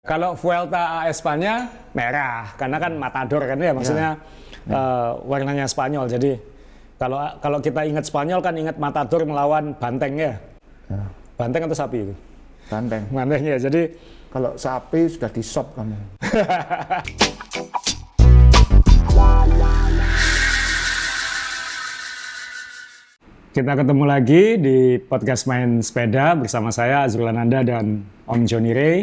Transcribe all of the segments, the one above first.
Kalau Vuelta a Espanya merah, karena kan Matador kan ya, maksudnya warnanya Spanyol. Jadi kalau kita ingat Spanyol kan ingat Matador melawan Banteng ya. Banteng atau sapi itu? Banteng. Banteng ya. Jadi kalau sapi sudah disop kamu. Kita ketemu lagi di podcast Main Sepeda bersama saya Azrul Ananda dan Om Johnny Ray.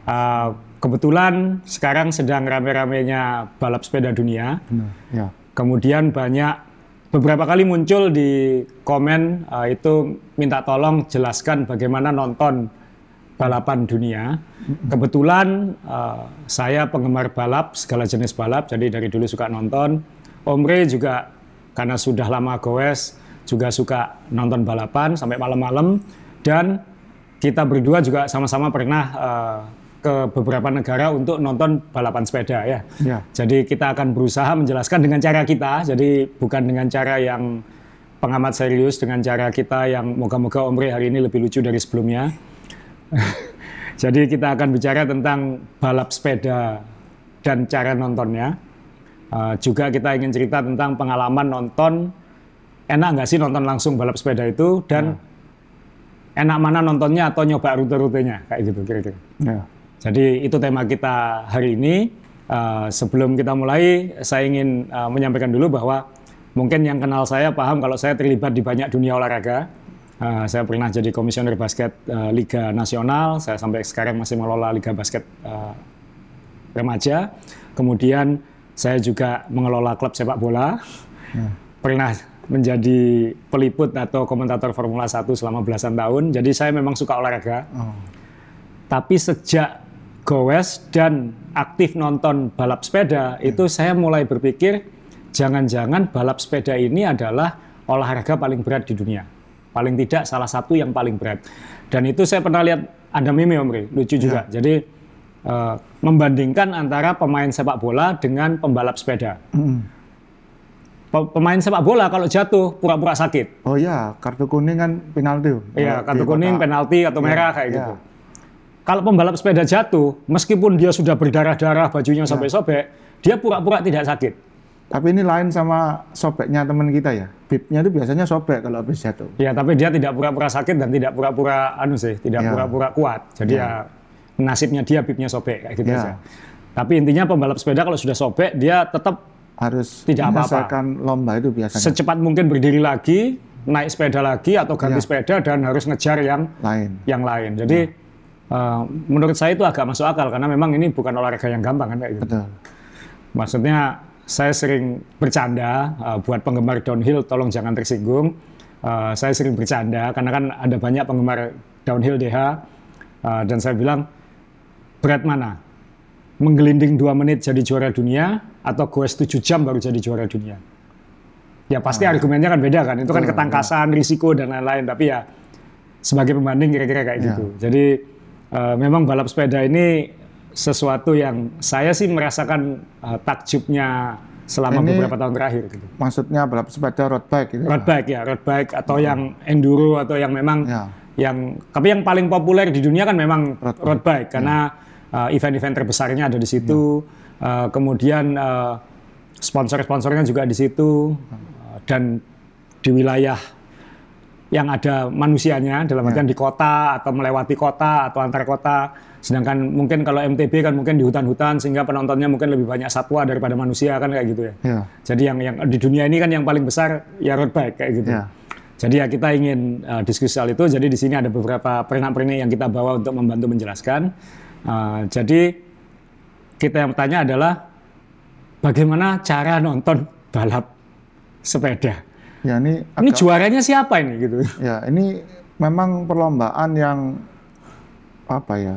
Kebetulan sekarang sedang rame-ramenya balap sepeda dunia. Ya. Kemudian beberapa kali muncul di komen itu minta tolong jelaskan bagaimana nonton balapan dunia. Kebetulan saya penggemar balap, segala jenis balap, jadi dari dulu suka nonton. Om Ray juga karena sudah lama goes, juga suka nonton balapan sampai malam-malam. Dan kita berdua juga sama-sama pernah ke beberapa negara untuk nonton balapan sepeda ya. Jadi kita akan berusaha menjelaskan dengan cara kita, jadi bukan dengan cara yang pengamat serius, dengan cara kita yang moga-moga Om Ray hari ini lebih lucu dari sebelumnya. Jadi kita akan bicara tentang balap sepeda dan cara nontonnya. Juga kita ingin cerita tentang pengalaman nonton, enak nggak sih nonton langsung balap sepeda itu, dan enak mana nontonnya atau nyoba rute-rutenya, kayak gitu kira-kira. Jadi itu tema kita hari ini. Sebelum kita mulai, saya ingin menyampaikan dulu bahwa mungkin yang kenal saya paham kalau saya terlibat di banyak dunia olahraga. Saya pernah jadi komisioner basket Liga Nasional, saya sampai sekarang masih mengelola Liga Basket Remaja. Kemudian saya juga mengelola klub sepak bola. Pernah menjadi peliput atau komentator Formula 1 selama belasan tahun. Jadi saya memang suka olahraga. Tapi sejak goes dan aktif nonton balap sepeda, itu saya mulai berpikir jangan-jangan balap sepeda ini adalah olahraga paling berat di dunia. Paling tidak salah satu yang paling berat. Dan itu saya pernah lihat ada meme Om Ray, lucu juga. Jadi membandingkan antara pemain sepak bola dengan pembalap sepeda. Pemain sepak bola kalau jatuh pura-pura sakit. Oh iya, kartu kuning kan penalti. Iya, kartu kuning, penalti atau merah kayak gitu. Kalau pembalap sepeda jatuh, meskipun dia sudah berdarah-darah, bajunya sampai sobek, dia pura-pura tidak sakit. Tapi ini lain sama sobeknya teman kita ya. Bibnya itu biasanya sobek kalau habis jatuh. Ya, tapi dia tidak pura-pura sakit dan tidak pura-pura tidak pura-pura kuat. Jadi ya nasibnya dia bibnya sobek kayak gitu aja. Tapi intinya pembalap sepeda kalau sudah sobek, dia tetap harus tidak apa-apa. Lomba itu biasanya. Secepat mungkin berdiri lagi, naik sepeda lagi atau ganti sepeda dan harus ngejar yang lain. Jadi menurut saya itu agak masuk akal karena memang ini bukan olahraga yang gampang kan kayak gitu. Betul. Maksudnya saya sering bercanda, buat penggemar downhill tolong jangan tersinggung. Saya sering bercanda karena kan ada banyak penggemar downhill DH, dan saya bilang berat mana? Menggelinding 2 menit jadi juara dunia atau goes 7 jam baru jadi juara dunia? Ya pasti argumennya kan beda kan, itu kan ketangkasan, risiko dan lain-lain, tapi ya sebagai pembanding kira-kira kayak gitu. Jadi memang balap sepeda ini sesuatu yang saya sih merasakan takjubnya selama beberapa tahun terakhir. Gitu. Maksudnya balap sepeda road bike gitu? Road bike atau yang enduro atau yang memang tapi yang paling populer di dunia kan memang road bike karena event-event terbesarnya ada di situ. Kemudian sponsor-sponsornya juga di situ, dan di wilayah yang ada manusianya, dalam artian di kota atau melewati kota atau antar kota. Sedangkan mungkin kalau MTB kan mungkin di hutan-hutan sehingga penontonnya mungkin lebih banyak satwa daripada manusia kan kayak gitu ya. Jadi yang di dunia ini kan yang paling besar ya road bike kayak gitu. Jadi ya kita ingin diskusi soal itu. Jadi di sini ada beberapa pernak-pernik yang kita bawa untuk membantu menjelaskan. Jadi kita yang bertanya adalah bagaimana cara nonton balap sepeda? Ya, ini juaranya siapa ini gitu? Ya, ini memang perlombaan yang apa ya,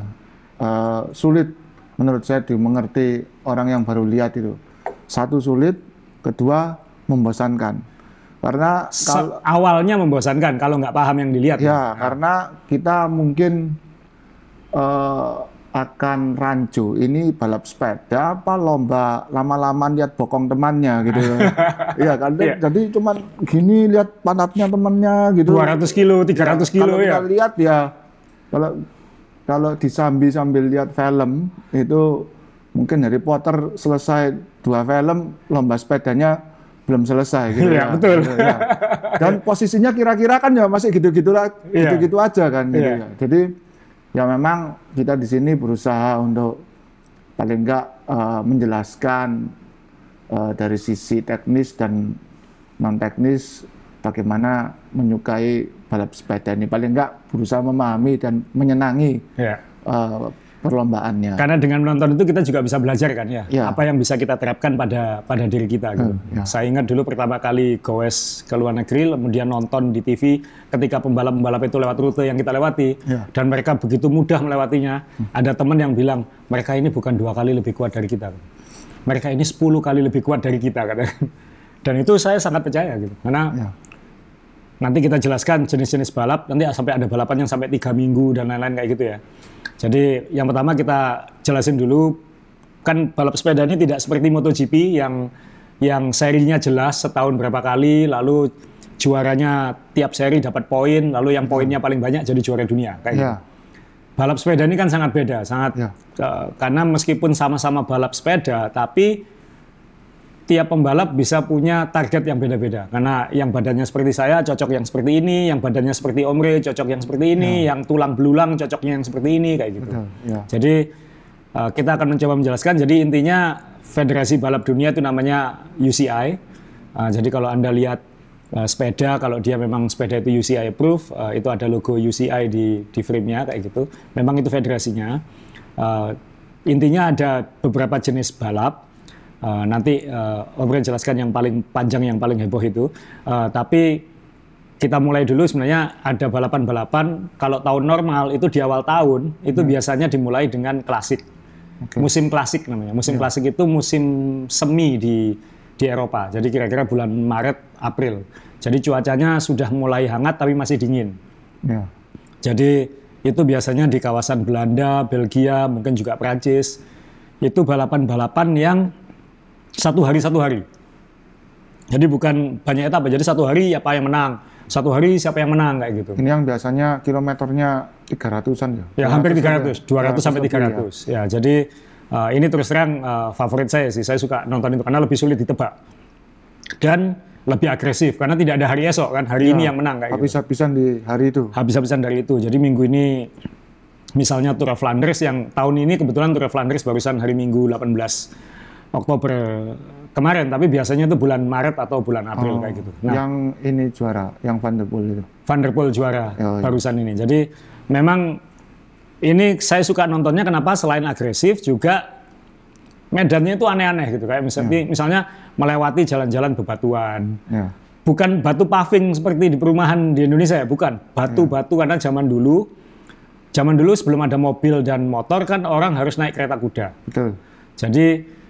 sulit menurut saya dimengerti orang yang baru lihat itu. Satu sulit, kedua membosankan. Karena awalnya membosankan kalau nggak paham yang dilihat. Ya, karena kita mungkin akan rancu, ini balap sepeda apa lomba lama-lama lihat bokong temannya gitu. Iya kan, jadi cuman gini lihat pantatnya temannya gitu. 200 kilo, 300 kilo kalau ya. Kalau kita lihat ya, kalau kalau disambi sambil lihat film itu mungkin Harry Potter selesai 2 film, lomba sepedanya belum selesai gitu ya. Betul. Gitu, ya. Dan posisinya kira-kira kan ya masih gitu-gitu aja kan gitu ya. Jadi ya memang kita di sini berusaha untuk paling enggak menjelaskan dari sisi teknis dan non teknis bagaimana menyukai balap sepeda ini, paling enggak berusaha memahami dan menyenangi perlombaannya. Karena dengan menonton itu kita juga bisa belajar kan ya, apa yang bisa kita terapkan pada diri kita gitu. Saya ingat dulu pertama kali goes ke luar negeri, kemudian nonton di TV ketika pembalap-pembalap itu lewat rute yang kita lewati, dan mereka begitu mudah melewatinya. Ada teman yang bilang, mereka ini bukan 2 kali lebih kuat dari kita, mereka ini 10 kali lebih kuat dari kita, katanya. Dan itu saya sangat percaya gitu, karena nanti kita jelaskan jenis-jenis balap, nanti sampai ada balapan yang sampai 3 minggu dan lain-lain kayak gitu ya. Jadi yang pertama kita jelasin dulu, kan balap sepeda ini tidak seperti MotoGP yang serinya jelas setahun berapa kali, lalu juaranya tiap seri dapat poin, lalu yang poinnya paling banyak jadi juara dunia kayak gitu. Balap sepeda ini kan sangat beda, karena meskipun sama-sama balap sepeda, tapi tiap pembalap bisa punya target yang beda-beda. Karena yang badannya seperti saya cocok yang seperti ini, yang badannya seperti Om Rey cocok yang seperti ini, yang tulang belulang cocoknya yang seperti ini, kayak gitu. Jadi kita akan mencoba menjelaskan. Jadi intinya Federasi Balap Dunia itu namanya UCI. Jadi kalau Anda lihat sepeda, kalau dia memang sepeda itu UCI approved, itu ada logo UCI di frame-nya kayak gitu. Memang itu federasinya. Intinya ada beberapa jenis balap. Nanti Om Rey jelaskan yang paling panjang, yang paling heboh itu. Tapi kita mulai dulu sebenarnya ada balapan-balapan. Kalau tahun normal itu di awal tahun, itu biasanya dimulai dengan klasik. Musim klasik namanya. Musim klasik itu musim semi di Eropa. Jadi kira-kira bulan Maret, April. Jadi cuacanya sudah mulai hangat tapi masih dingin. Jadi itu biasanya di kawasan Belanda, Belgia, mungkin juga Prancis. Itu balapan-balapan yang satu hari. Jadi bukan banyak etapa, jadi satu hari apa yang menang, satu hari siapa yang menang kayak gitu. Ini yang biasanya kilometernya 300-an ya? Ya hampir 300, 200 sampai 300. Ya, jadi ini terus terang favorit saya sih, saya suka nonton itu karena lebih sulit ditebak dan lebih agresif karena tidak ada hari esok kan, hari ini yang menang kayak gitu. Habis-habisan di hari itu. Habis-habisan dari itu. Jadi minggu ini misalnya Tour de Flanders yang tahun ini kebetulan Tour de Flanders barusan hari Minggu 18 Oktober kemarin, tapi biasanya itu bulan Maret atau bulan April kayak gitu. Nah, yang ini juara, yang Van der Poel itu. Van der Poel juara barusan ini. Jadi memang ini saya suka nontonnya kenapa selain agresif juga medannya itu aneh-aneh gitu. Kayak misalnya melewati jalan-jalan bebatuan. Bukan batu paving seperti di perumahan di Indonesia ya, bukan. Batu-batu karena zaman dulu sebelum ada mobil dan motor kan orang harus naik kereta kuda. Betul. Jadi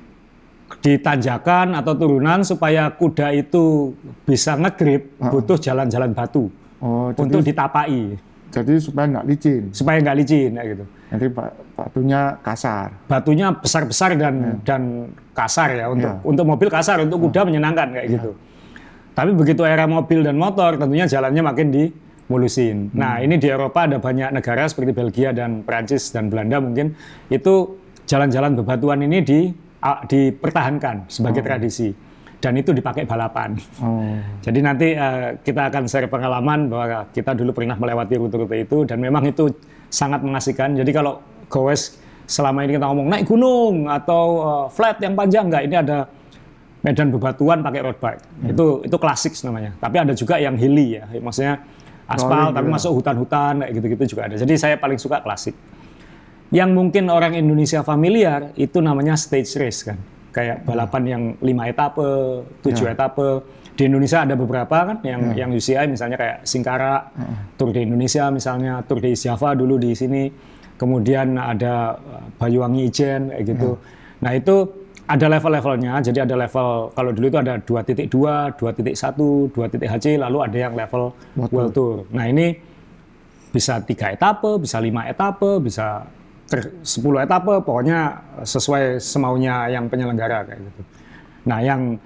di tanjakan atau turunan supaya kuda itu bisa ngegrip butuh jalan-jalan batu untuk ditapai. Jadi supaya nggak licin. Supaya nggak licin, ya gitu. Jadi batunya kasar. Batunya besar-besar dan kasar ya untuk mobil kasar, untuk kuda menyenangkan kayak gitu. Tapi begitu era mobil dan motor, tentunya jalannya makin dimulusin. Nah ini di Eropa ada banyak negara seperti Belgia dan Prancis dan Belanda mungkin itu jalan-jalan bebatuan ini dipertahankan sebagai tradisi dan itu dipakai balapan. Jadi nanti kita akan share pengalaman bahwa kita dulu pernah melewati rute-rute itu dan memang itu sangat mengasihkan. Jadi kalau goes selama ini kita ngomong naik gunung atau flat yang panjang, enggak, ini ada medan bebatuan pakai road bike. Itu klasik namanya. Tapi ada juga yang hilly ya, maksudnya aspal tapi masuk hutan-hutan kayak gitu-gitu juga ada. Jadi saya paling suka klasik. Yang mungkin orang Indonesia familiar itu namanya stage race kan. Kayak balapan yang 5 etape, 7 etape. Di Indonesia ada beberapa kan yang UCI misalnya kayak Singkara, Tour de Indonesia misalnya, Tour de Java dulu di sini. Kemudian ada Banyuwangi Ijen kayak gitu. Nah, itu ada level-levelnya. Jadi ada level kalau dulu itu ada 2.2, 2.1, 2.HC, lalu ada yang level World Tour. Nah, ini bisa 3 etape, bisa 5 etape, bisa 10 etape, pokoknya sesuai semaunya yang penyelenggara kayak gitu. Nah, yang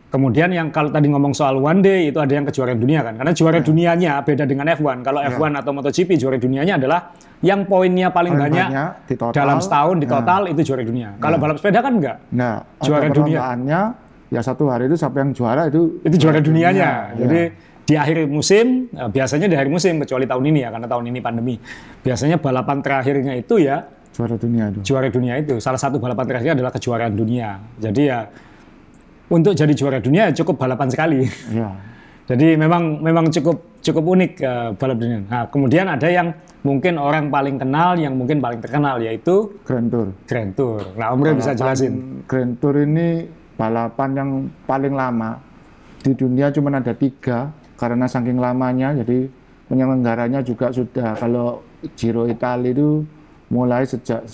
Kemudian yang kalau tadi ngomong soal one day itu ada yang kejuaraan dunia kan. Karena juara dunianya beda dengan F1. Kalau F1 atau MotoGP juara dunianya adalah yang poinnya paling banyak di total, dalam setahun di total itu juara dunia. Kalau balap sepeda kan enggak. Nah, juara dunia. Ya satu hari itu siapa yang juara itu juara dunianya. Jadi di akhir musim, biasanya di akhir musim kecuali tahun ini ya karena tahun ini pandemi. Biasanya balapan terakhirnya itu ya juara dunia itu. Juara dunia itu. Salah satu balapan terakhirnya adalah kejuaraan dunia. Jadi ya untuk jadi juara dunia cukup balapan sekali. Ya. Jadi memang cukup unik balap dunia. Nah, kemudian ada yang mungkin orang paling kenal, yang mungkin paling terkenal yaitu Grand Tour. Grand Tour. Nah, Om Rey bisa jelasin. Grand Tour ini balapan yang paling lama di dunia, cuma ada 3 karena saking lamanya. Jadi penyelenggaranya juga sudah, kalau Giro Italia itu mulai sejak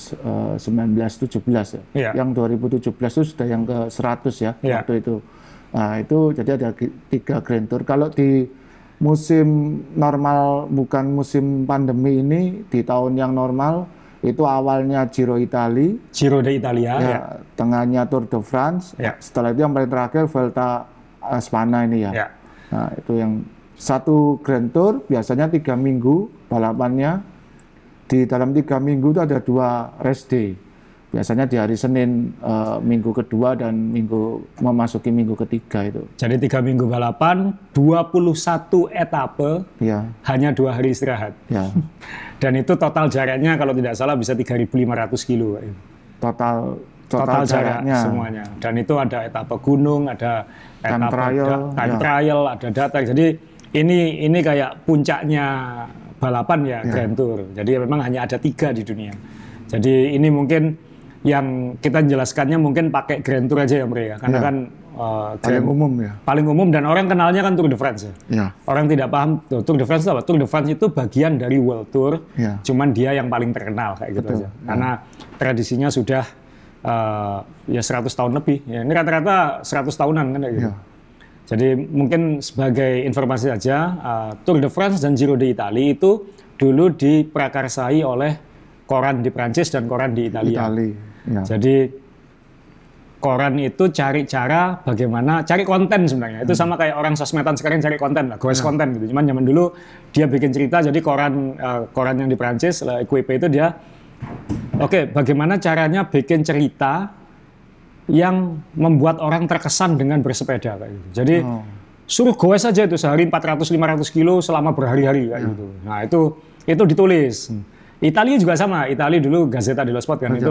1917 ya. Yeah. Yang 2017 itu sudah yang ke 100 ya waktu itu. Nah, itu jadi ada 3 Grand Tour. Kalau di musim normal, bukan musim pandemi ini, di tahun yang normal itu awalnya Giro Italia. Giro d'Italia ya. Tengahnya Tour de France. Ya. Setelah itu yang paling terakhir Vuelta a Espana ini ya. Ya. Nah, itu yang satu Grand Tour biasanya 3 minggu balapannya. Di dalam 3 minggu itu ada 2 race day. Biasanya di hari Senin minggu kedua dan memasuki minggu ketiga itu. Jadi 3 minggu balapan, 21 etape, hanya 2 hari istirahat. Ya. Dan itu total jaraknya kalau tidak salah bisa 3.500 kilo. Total jaraknya semuanya. Dan itu ada etape gunung, ada time trial, ada data. Jadi ini kayak puncaknya balapan ya, Grand Tour. Jadi memang hanya ada 3 di dunia. Jadi ini mungkin yang kita jelaskannya mungkin pakai Grand Tour aja ya mereka, karena kan paling umum ya. Paling umum dan orang kenalnya kan Tour de France ya. Orang tidak paham Tour de France itu apa? Tour de France itu bagian dari World Tour, cuman dia yang paling terkenal kayak gitu aja. Karena tradisinya sudah ya 100 tahun lebih. Ya, ini rata-rata 100 tahunan kan kayak gitu. Jadi mungkin sebagai informasi saja, Tour de France dan Giro d'Italia itu dulu diprakarsai oleh koran di Prancis dan koran di Italia. Jadi koran itu cari cara bagaimana, cari konten sebenarnya. Itu sama kayak orang sosmedan sekarang cari konten lah, goes konten gitu. Cuman zaman dulu dia bikin cerita, jadi koran yang di Prancis, L'Equipe itu dia, bagaimana caranya bikin cerita yang membuat orang terkesan dengan bersepeda kayak gitu. Jadi suruh goes saja itu sehari 400-500 kilo selama berhari-hari kayak gitu. Nah itu ditulis. Italia juga sama. Italia dulu Gazzetta dello Sport kan itu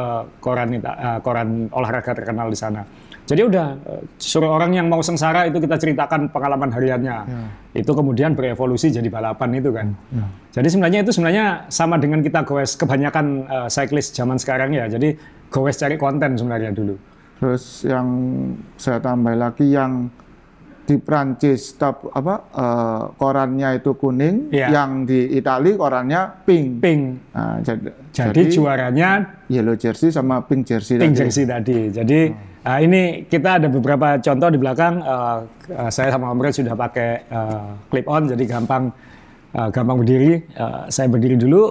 koran olahraga terkenal di sana. Jadi udah suruh orang yang mau sengsara itu kita ceritakan pengalaman hariannya. Itu kemudian berevolusi jadi balapan itu kan. Jadi sebenarnya itu sama dengan kita goes kebanyakan cyclist zaman sekarang ya. Jadi goes cari konten sebenarnya dulu. Terus yang saya tambah lagi yang di Prancis korannya itu kuning, yang di Italia korannya pink. Nah, jadi juaranya yellow jersey sama pink jersey tadi. Jadi ini kita ada beberapa contoh di belakang. Saya sama Om Rey sudah pakai clip on, jadi gampang berdiri. Saya berdiri dulu.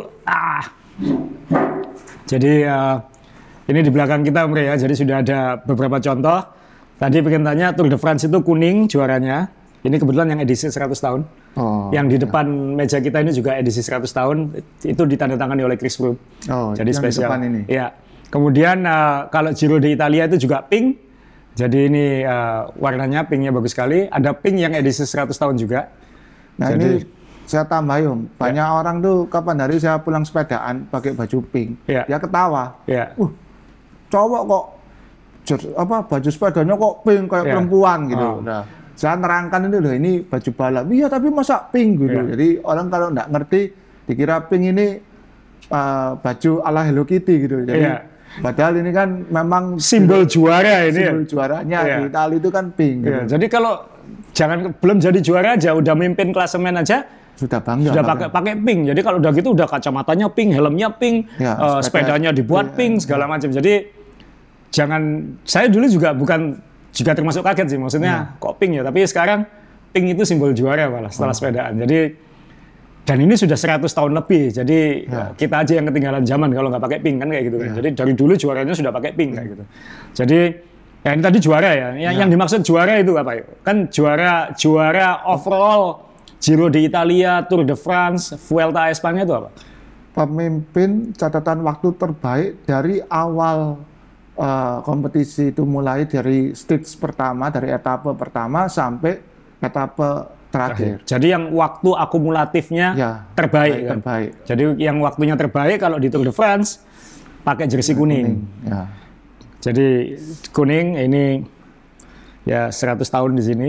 Jadi ini di belakang kita Om Rey ya. Jadi sudah ada beberapa contoh. Tadi pengen tanya, Tour de France itu kuning juaranya. Ini kebetulan yang edisi 100 tahun. Yang di depan meja kita ini juga edisi 100 tahun. Itu ditandatangani oleh Chris Froome. Jadi spesial. Ini. Ya. Kemudian kalau Giro d'Italia itu juga pink. Jadi ini warnanya pinknya bagus sekali. Ada pink yang edisi 100 tahun juga. Nah jadi, ini saya tambah banyak orang tuh kapan hari saya pulang sepedaan pakai baju pink. Dia ketawa. Cowok kok baju sepedanya kok pink kayak perempuan gitu. Nah, saya nerangkan ini baju balap. Iya, tapi masa pink gitu. Jadi orang kalau nggak ngerti dikira pink ini baju ala Hello Kitty gitu. Jadi padahal ini kan memang simbol juara ini. Simbol juaranya di Italia itu kan pink. Gitu. Jadi kalau belum jadi juara aja, udah mimpin klasemen aja sudah bangga. Sudah pakai pink. Jadi kalau udah gitu udah kacamatanya pink, helmnya pink, sepedanya dibuat pink segala macam. Jadi saya dulu juga termasuk kaget sih, maksudnya kok pink ya, tapi sekarang pink itu simbol juara malah setelah sepedaan. Jadi dan ini sudah 100 tahun lebih, jadi kita aja yang ketinggalan zaman kalau nggak pakai pink kan kayak gitu kan. Jadi dari dulu juaranya sudah pakai pink kayak gitu. Jadi Ya ini tadi juara ya. Yang dimaksud juara itu apa? Kan juara overall Giro di Italia, Tour de France, Vuelta a España itu apa? Pemimpin catatan waktu terbaik dari awal kompetisi itu, mulai dari stage pertama, dari etape pertama sampai etape terakhir. Jadi yang waktu akumulatifnya terbaik. Kan? Terbaik. Jadi yang waktunya terbaik kalau di Tour de France pakai jersey kuning. Ya. Jadi kuning ini ya 100 tahun di sini.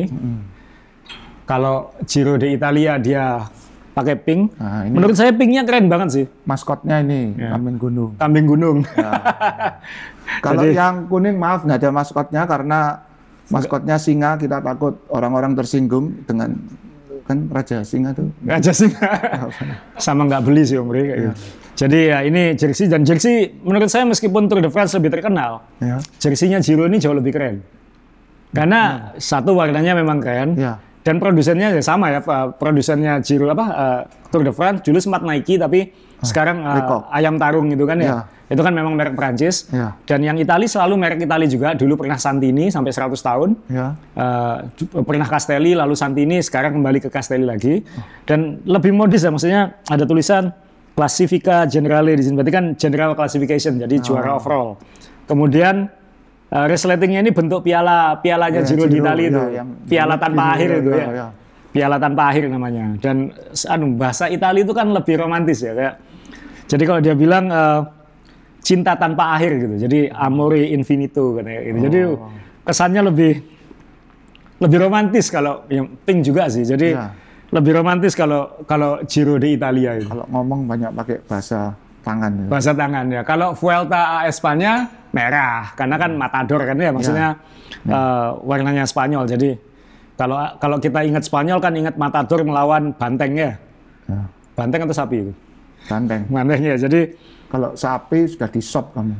Kalau Giro di Italia dia pakai pink. Nah, menurut saya pinknya keren banget sih. Maskotnya ini kambing gunung. Kambing gunung. Ya. Kalau yang kuning maaf nggak ada maskotnya karena maskotnya singa, kita takut orang-orang tersinggung dengan kan Raja Singa tuh. Raja Singa. Sama nggak beli sih Om Ri kayak gitu. Jadi ya ini jersey, dan jersey menurut saya meskipun Tour de France lebih terkenal, jersey-nya Giro ini jauh lebih keren. Karena satu warnanya memang keren, dan produsennya ya sama ya, produsennya Giro Tour de France dulu sempat Nike tapi sekarang Ayam Tarung gitu kan ya. Itu kan memang merek Prancis. Dan yang Itali selalu merek Itali juga, dulu pernah Santini sampai 100 tahun. Pernah Castelli, lalu Santini, sekarang kembali ke Castelli lagi. Dan lebih modis ya, maksudnya ada tulisan Classifica Generale di sini, berarti kan General Classification, jadi juara overall. Kemudian resletingnya ini bentuk pialanya Giro di Italia itu, piala tanpa akhir itu ya. Piala tanpa akhir namanya. Dan bahasa Italia itu kan lebih romantis ya, kayak. Jadi kalau dia bilang cinta tanpa akhir gitu, jadi amore infinito kayak gitu. Jadi kesannya lebih romantis kalau yang pink juga sih. Jadi lebih romantis kalau Giro di Italia itu. Kalau ngomong banyak pakai bahasa tangan. Ya. Bahasa tangan ya. Kalau Vuelta a España merah, karena kan Matador kan ya, maksudnya warnanya Spanyol. Jadi kalau kita ingat Spanyol kan ingat Matador melawan Banteng ya. Banteng atau sapi itu? Banteng. Banteng ya. Jadi kalau sapi sudah di-shop kamu.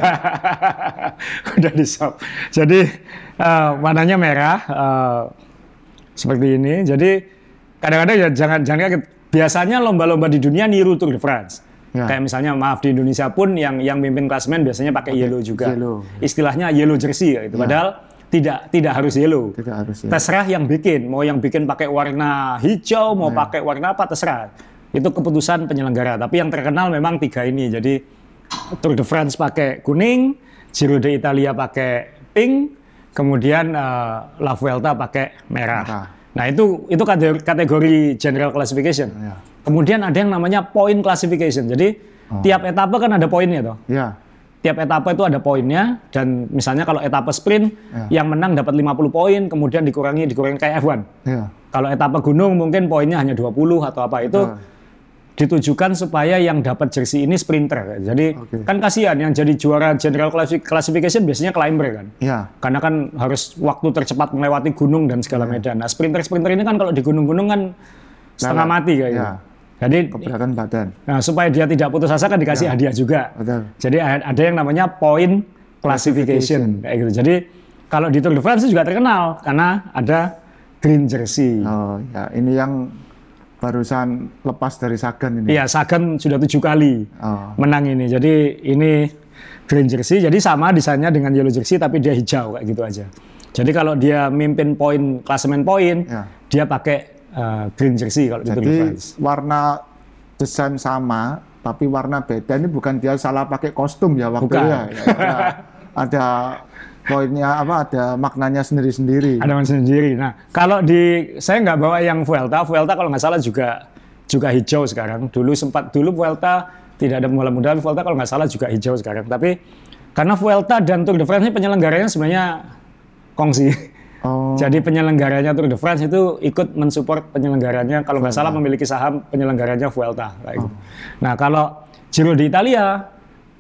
Udah di-shop. Jadi warnanya merah seperti ini. Jadi kadang-kadang ya jangan kaget. Biasanya lomba-lomba di dunia niru Tour de France. Kayak misalnya maaf di Indonesia pun yang mimpin klasemen biasanya pakai yellow juga. Istilahnya yellow jersey gitu. Padahal tidak harus yellow. Tidak harus yellow. Terserah yang bikin. Mau yang bikin pakai warna hijau, mau pakai warna apa terserah. Itu keputusan penyelenggara. Tapi yang terkenal memang 3 ini. Jadi Tour de France pakai kuning, Giro de Italia pakai pink, kemudian La Vuelta pakai merah. Nah itu kategori general classification. Kemudian ada yang namanya point classification. Jadi tiap etape kan ada poinnya toh. Tiap etape itu ada poinnya, dan misalnya kalau etape sprint yang menang dapat 50 poin, kemudian dikurangi kayak F1. Kalau etape gunung mungkin poinnya hanya 20 atau apa itu. Ditujukan supaya yang dapat jersey ini sprinter. Jadi kan kasihan yang jadi juara general classification biasanya climber kan. Karena kan harus waktu tercepat melewati gunung dan segala medan. Nah sprinter ini kan kalau di gunung-gunung kan setengah mati kayak gitu. Jadi keberatan badan. Nah, supaya dia tidak putus asa kan dikasih hadiah juga. Jadi ada yang namanya point classification kayak gitu. Jadi kalau di Tour de France juga terkenal karena ada green jersey. Ini yang barusan lepas dari Sagan ini. Iya, Sagan sudah 7 kali menang ini. Jadi ini green jersey, jadi sama desainnya dengan yellow jersey tapi dia hijau kayak gitu aja. Jadi kalau dia mimpin klasemen poin, dia pakai green jersey kalau di Tour de France. Warna desain sama tapi warna beda, ini bukan dia salah pakai kostum ya waktu ya. Ada poinnya ada maknanya sendiri-sendiri. Ada maknanya sendiri. Nah, kalau saya nggak bawa yang Vuelta kalau nggak salah juga hijau sekarang. Dulu Vuelta tidak ada pembalap muda, tapi Vuelta kalau nggak salah juga hijau sekarang. Tapi karena Vuelta dan Tour de France ini penyelenggaranya sebenarnya kongsi. Jadi penyelenggaranya Tour de France itu ikut mensupport penyelenggaranya, kalau nggak salah memiliki saham penyelenggaranya Vuelta. Gitu. Nah, kalau Giro di Italia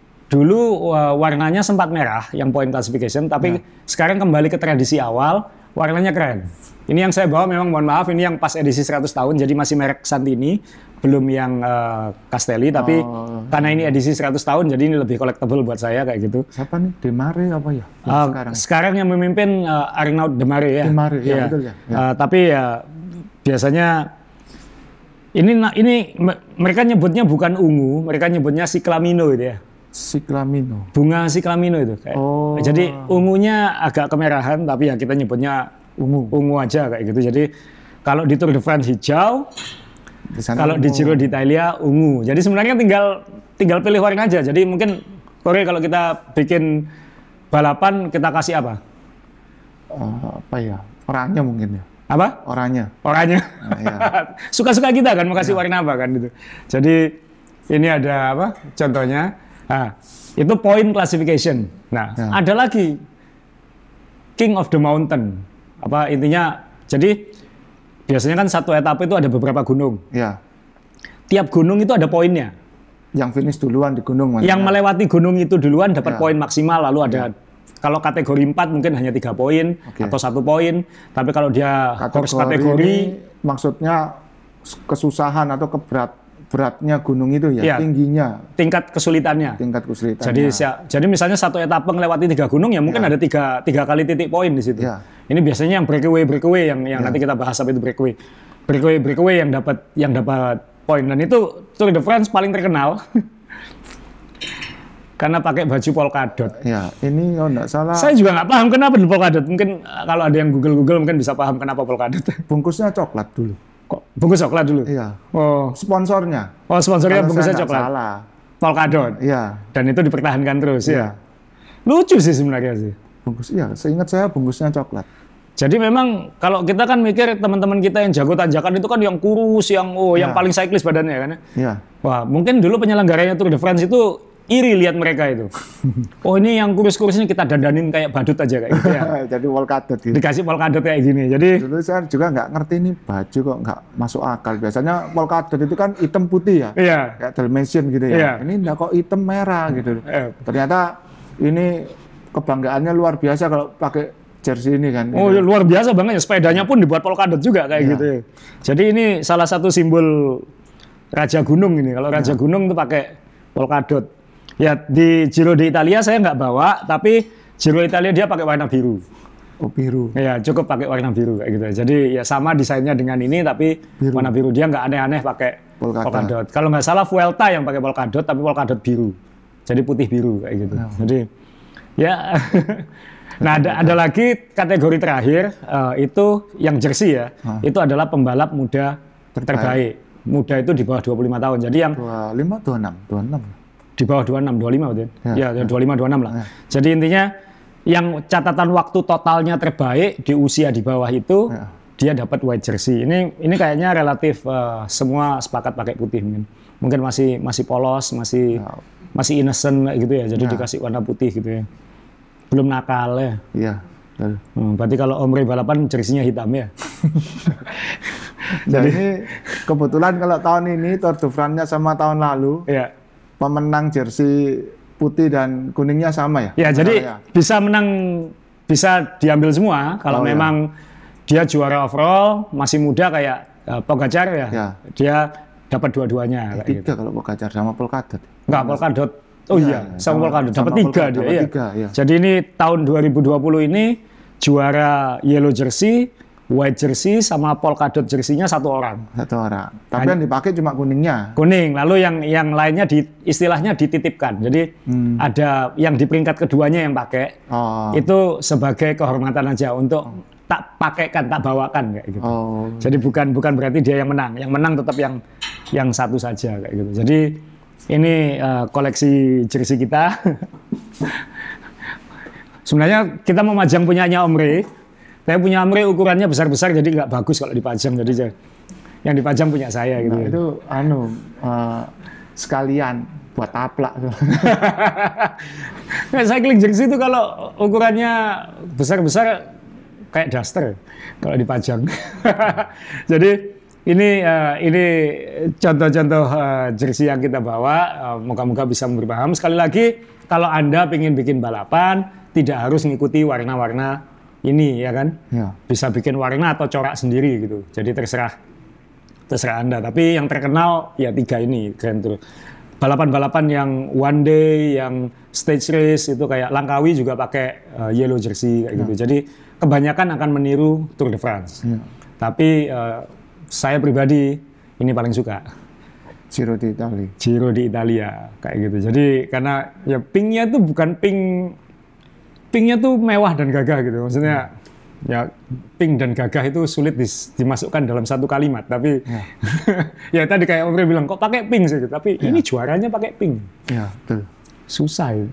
dulu warnanya sempat merah yang point classification, tapi sekarang kembali ke tradisi awal, warnanya keren. Ini yang saya bawa memang mohon maaf, ini yang pas edisi 100 tahun, jadi masih merek Santini, belum yang Castelli, tapi karena ini edisi 100 tahun, jadi ini lebih collectible buat saya kayak gitu. Siapa nih? Demare apa ya? Sekarang yang memimpin Arnaud Demare ya. Demare, ya betul ya. Tapi ya biasanya ini mereka nyebutnya bukan ungu, mereka nyebutnya Cyclamino gitu ya. Siklamino. Bunga siklamino itu. Kayak. Jadi ungunya agak kemerahan, tapi ya kita nyebutnya ungu aja kayak gitu. Jadi kalau di Tour de France hijau, kalau di Giro d'Italia ungu. Jadi sebenarnya tinggal pilih warna aja. Jadi mungkin Korea kalau kita bikin balapan kita kasih apa? Apa ya? Oranye mungkin ya. Apa? Oranye. Nah, ya. Suka-suka kita kan mau kasih warna apa kan gitu. Jadi ini ada apa? Contohnya. Nah, itu point classification. Nah, ada lagi King of the Mountain. Apa intinya? Jadi biasanya kan satu etapa itu ada beberapa gunung. Ya. Tiap gunung itu ada poinnya. Yang finish duluan di gunung. Maksudnya. Yang melewati gunung itu duluan dapat poin maksimal. Lalu ada kalau kategori 4 mungkin hanya 3 poin atau 1 poin. Tapi kalau dia kategori maksudnya kesusahan atau beratnya gunung itu ya, tingginya. Tingkat kesulitannya. Jadi misalnya satu etapa melewati 3 gunung ya mungkin ada tiga kali titik poin di situ. Ya. Ini biasanya yang breakaway yang nanti kita bahas apa itu breakaway yang dapat poin, dan itu Tour de France paling terkenal karena pakai baju polkadot. Ya, ini kalau nggak salah. Saya juga nggak paham kenapa di polkadot. Mungkin kalau ada yang Google mungkin bisa paham kenapa polkadot. Bungkusnya coklat dulu. Kok bungkus coklat dulu? Iya. Sponsornya. Sponsornya bungkusnya coklat. Salah. Polkadot. Iya. Dan itu dipertahankan terus ya. Lucu sih sebenarnya sih. Seingat saya bungkusnya coklat. Jadi memang kalau kita kan mikir teman-teman kita yang jago tanjakan itu kan yang kurus, yang paling cyclist badannya kan. Iya. Wah, mungkin dulu penyelenggaranya Tour de France itu iri lihat mereka itu. Ini yang kurus-kurus ini kita dandanin kayak badut aja kayak gitu ya. Jadi polkadot gitu. Dikasih polkadot kayak gini. Jadi dulu saya juga nggak ngerti ini baju kok nggak masuk akal. Biasanya polkadot itu kan hitam putih ya. Iya. Kayak Dalmatian gitu ya. Iya. Ini nggak kok hitam merah gitu. Ternyata ini kebanggaannya luar biasa kalau pakai jersey ini kan. Gitu. Luar biasa banget ya. Sepedanya pun dibuat polkadot juga kayak gitu ya. Jadi ini salah satu simbol Raja Gunung ini. Kalau Raja Gunung itu pakai polkadot. Ya di Giro d'Italia saya nggak bawa, tapi Giro Italia dia pakai warna biru. Biru. Ya cukup pakai warna biru kayak gitu. Jadi ya sama desainnya dengan ini tapi warna biru. Dia nggak aneh-aneh pakai polkadot. Kalau nggak salah Vuelta yang pakai polkadot tapi polkadot biru. Jadi putih biru kayak gitu. Jadi ya. Nah ada lagi kategori terakhir itu yang jersey ya. Itu adalah pembalap muda terbaik. Muda itu di bawah 25 tahun. Jadi yang 26. Di bawah 26, 25 betul. Ya 25, 26 lah. Jadi intinya yang catatan waktu totalnya terbaik di usia di bawah itu dia dapat white jersey. Ini kayaknya relatif semua sepakat pakai putih mungkin. Mungkin masih polos, masih innocent gitu ya. Jadi dikasih warna putih gitu ya. Belum nakal ya. Iya. Berarti kalau omre balapan jersinya hitam ya. Jadi ini kebetulan kalau tahun ini Tour de France-nya sama tahun lalu. Iya. Pemenang jersey putih dan kuningnya sama ya? Ya, jadi bisa diambil semua kalau memang dia juara overall, masih muda kayak Pogacar ya. Dia dapat dua-duanya. Tiga gitu. Kalau Pogacar sama polkadot. Enggak, polkadot. Sama polkadot dapat 3 dia. Ya. Jadi ini tahun 2020 ini juara yellow jersey, white jersey sama polkadot jersey-nya satu orang. Tapi yang dipakai cuma kuningnya. Kuning. Lalu yang lainnya istilahnya dititipkan. Jadi ada yang di peringkat keduanya yang pakai. Itu sebagai kehormatan aja untuk tak pakaikan, tak bawakan kayak gitu. Jadi bukan berarti dia yang menang. Yang menang tetap yang satu saja kayak gitu. Jadi ini koleksi jersey kita. Sebenarnya kita memajang punyanya Om Rey. Saya punya Omre ukurannya besar-besar jadi nggak bagus kalau dipajang, jadi yang dipajang punya saya gitu. Nah, itu sekalian buat taplak. Nah, cycling jersey itu kalau ukurannya besar-besar kayak daster kalau dipajang. Jadi ini contoh-contoh jersey yang kita bawa. Moga-moga bisa memberi paham. Sekali lagi, kalau Anda ingin bikin balapan, tidak harus mengikuti warna-warna ini ya kan, bisa bikin warna atau corak sendiri gitu. Jadi terserah Anda. Tapi yang terkenal ya 3 ini Grand Tour. Balapan-balapan yang one day, yang stage race itu kayak Langkawi juga pakai yellow jersey kayak gitu. Jadi kebanyakan akan meniru Tour de France. Tapi saya pribadi ini paling suka. Giro di Italia kayak gitu. Jadi karena ya pinknya tuh bukan pinknya tuh mewah dan gagah gitu. Maksudnya ya pink dan gagah itu sulit dimasukkan dalam satu kalimat. Tapi ya tadi kayak Om Rey bilang kok pakai pink sih gitu. Tapi ini juaranya pakai pink. Ya, betul. Susah ya.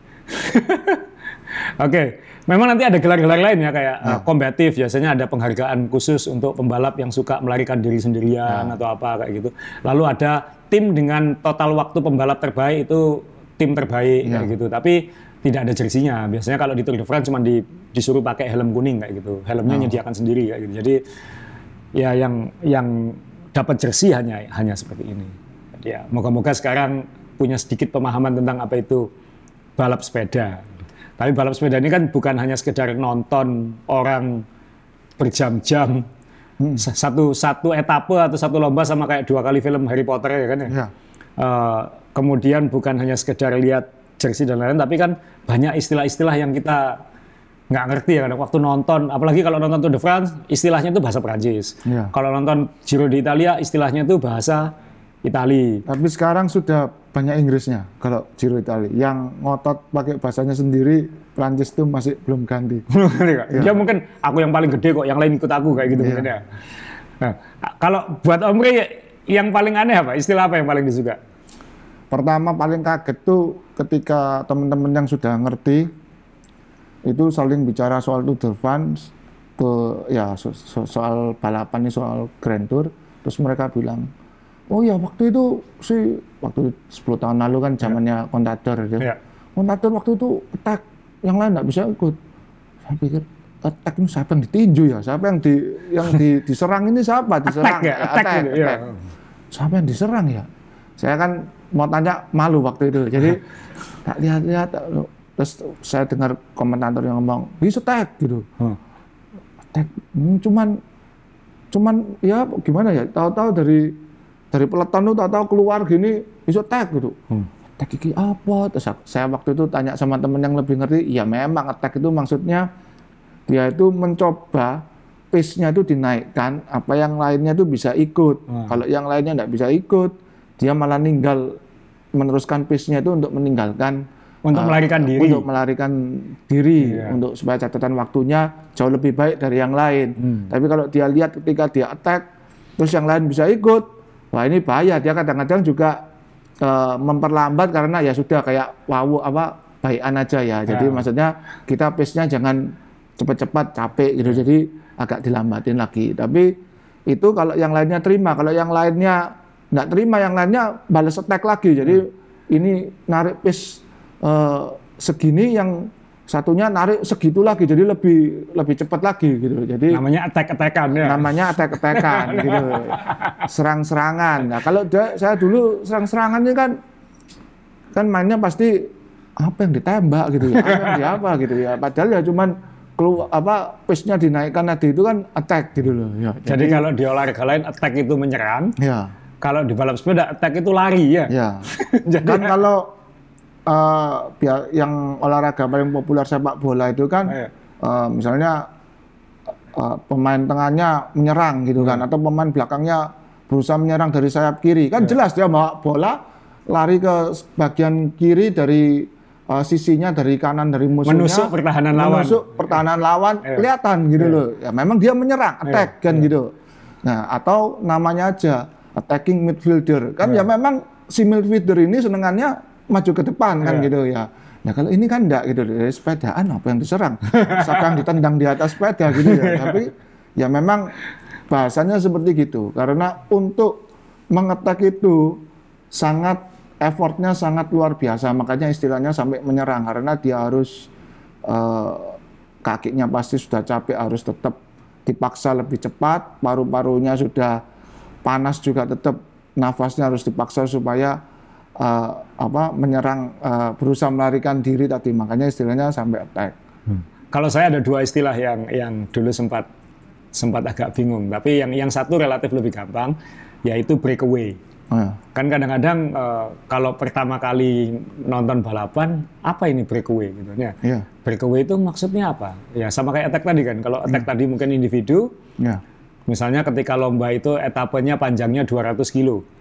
Oke, memang nanti ada gelar-gelar lain ya kayak kombatif, biasanya ada penghargaan khusus untuk pembalap yang suka melarikan diri sendirian atau apa kayak gitu. Lalu ada tim dengan total waktu pembalap terbaik itu tim terbaik kayak gitu. Tapi tidak ada jersinya. Biasanya kalau di Tour de France cuma disuruh pakai helm kuning kayak gitu. Helmnya nyediakan sendiri kayak gitu. Jadi ya yang dapat jersey hanya seperti ini. Jadi ya moga-moga sekarang punya sedikit pemahaman tentang apa itu balap sepeda. Tapi balap sepeda ini kan bukan hanya sekedar nonton orang berjam-jam satu etape atau satu lomba sama kayak 2 kali film Harry Potter ya kan ya. Kemudian bukan hanya sekedar lihat jersey dan lain-lain, tapi kan banyak istilah-istilah yang kita nggak ngerti ya kan. Waktu nonton, apalagi kalau nonton Tour de France, istilahnya itu bahasa Perancis. Kalau nonton Giro di Italia, istilahnya itu bahasa Itali. Tapi sekarang sudah banyak Inggrisnya kalau Giro Italia. Yang ngotot pakai bahasanya sendiri, Prancis itu masih belum ganti. Ya mungkin aku yang paling gede kok, yang lain ikut aku kayak gitu mungkin ya. Nah, kalau buat Om Rey yang paling aneh apa? Istilah apa yang paling disuka? Pertama paling kaget tuh ketika teman-teman yang sudah ngerti itu saling bicara soal Tour de France, soal balapan ini, soal Grand Tour, terus mereka bilang, oh ya waktu itu sih, waktu 10 tahun lalu kan zamannya Contador gitu. Contador waktu itu attack, yang lain nggak bisa ikut. Saya pikir attack ini siapa yang ditinju ya? Siapa yang diserang ini siapa? Diserang attack. Siapa yang diserang ya? Saya kan mau tanya, malu waktu itu. Jadi tak lihat-lihat, terus saya dengar komentator yang ngomong, bisa attack gitu. Attack, cuman ya gimana ya? Tahu-tahu dari peleton itu tahu keluar gini bisa attack gitu. Attack iki apa? Terus saya waktu itu tanya sama temen yang lebih ngerti, ya memang attack itu maksudnya dia itu mencoba pace-nya itu dinaikkan, apa yang lainnya itu bisa ikut. Kalau yang lainnya nggak bisa ikut, dia malah meneruskan pace-nya itu untuk meninggalkan, untuk melarikan diri, untuk supaya catatan waktunya jauh lebih baik dari yang lain. Tapi kalau dia lihat ketika dia attack, terus yang lain bisa ikut, wah ini bahaya. Dia kadang-kadang juga memperlambat karena ya sudah kayak baikan aja ya. Jadi maksudnya kita pace-nya jangan cepat-cepat capek gitu. Jadi agak dilambatin lagi. Tapi itu kalau yang lainnya terima, kalau yang lainnya nggak terima, yang lainnya balas attack lagi. Jadi ini narik pace segini, yang satunya narik segitu lagi, jadi lebih cepat lagi gitu. Jadi namanya attack-attackan ya. Namanya attack-attackan gitu. Serang-serangan. Nah, kalau saya dulu serang-serangan ini kan mainnya pasti apa yang ditembak gitu ya, apa gitu ya. Padahal ya cuman pace-nya dinaikkan tadi itu kan attack gitu loh ya. Jadi kalau di olahraga lain attack itu menyerang. Ya. Kalau di balap sepeda attack itu lari ya. Ya. Jadi kan kalau yang olahraga paling populer sepak bola itu kan misalnya pemain tengahnya menyerang gitu kan, atau pemain belakangnya berusaha menyerang dari sayap kiri kan, jelas dia bawa bola lari ke bagian kiri dari sisinya, dari kanan dari musuhnya, menusuk pertahanan lawan kelihatan gitu loh ya, memang dia menyerang attack kan gitu. Nah, atau namanya aja attacking midfielder kan, ya memang si midfielder ini senengannya maju ke depan kan gitu ya. Nah kalau ini kan enggak gitu, dari sepedaan apa yang diserang, siapa yang ditendang di atas sepeda gitu ya. Tapi ya memang bahasanya seperti gitu, karena untuk mengetek itu effortnya sangat luar biasa, makanya istilahnya sampai menyerang, karena dia harus kakinya pasti sudah capek, harus tetap dipaksa lebih cepat, paru-parunya sudah panas juga tetap nafasnya harus dipaksa supaya menyerang, berusaha melarikan diri tadi, makanya istilahnya sampai attack. Kalau saya ada 2 istilah yang dulu sempat agak bingung, tapi yang satu relatif lebih gampang, yaitu breakaway. Kan kadang-kadang kalau pertama kali nonton balapan, apa ini breakaway gitu ya? Breakaway itu maksudnya apa? Ya sama kayak attack tadi kan. Kalau attack tadi mungkin individu, misalnya ketika lomba itu etapenya panjangnya 200 kilo.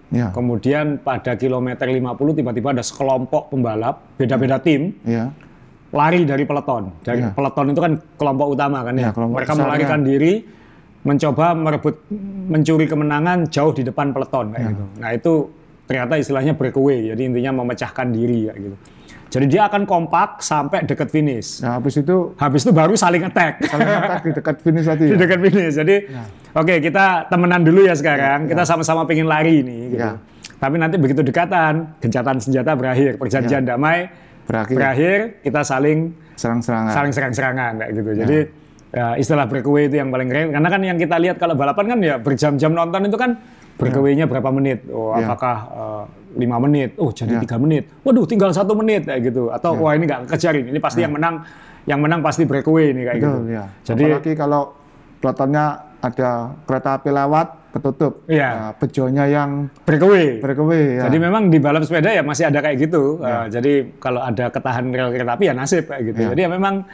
Ya. Kemudian pada kilometer 50 tiba-tiba ada sekelompok pembalap, beda-beda tim, Ya. lari dari peleton. Dari Ya. peleton itu kan kelompok utama kan ya. Ya, kelompok Mereka besar, melarikan diri, mencoba mencuri kemenangan jauh di depan peleton kayak gitu. Nah itu ternyata istilahnya breakaway, jadi intinya memecahkan diri kayak gitu. Jadi dia akan kompak sampai dekat finish. Nah, habis itu Baru saling attack. saling attack di dekat finish tadi. Di Ya? dekat finish. Jadi oke, kita temenan dulu ya sekarang. Kita sama-sama pengen lari nih gitu. Ya. Tapi nanti begitu dekatan, gencatan senjata berakhir, perjanjian damai berakhir, kita saling Serang-serangan. serang-serangan kayak gitu. Jadi istilah breakaway itu yang paling keren. Karena kan yang kita lihat kalau balapan kan ya berjam-jam nonton itu kan breakaway-nya berapa menit? Oh, apakah 5 menit? Oh, jadi 3 menit. Waduh, tinggal 1 menit kayak gitu. Atau wah ini nggak kejar ini pasti yang menang pasti breakaway ini kayak gitu. Ya. Jadi apalagi kalau peletonnya ada kereta api lewat ketutup. Iya. Nah, bejonya yang breakaway. breakaway ya. Jadi memang di balap sepeda ya masih ada kayak gitu. Jadi kalau ada ketahan rel kereta api ya nasib kayak gitu. Jadi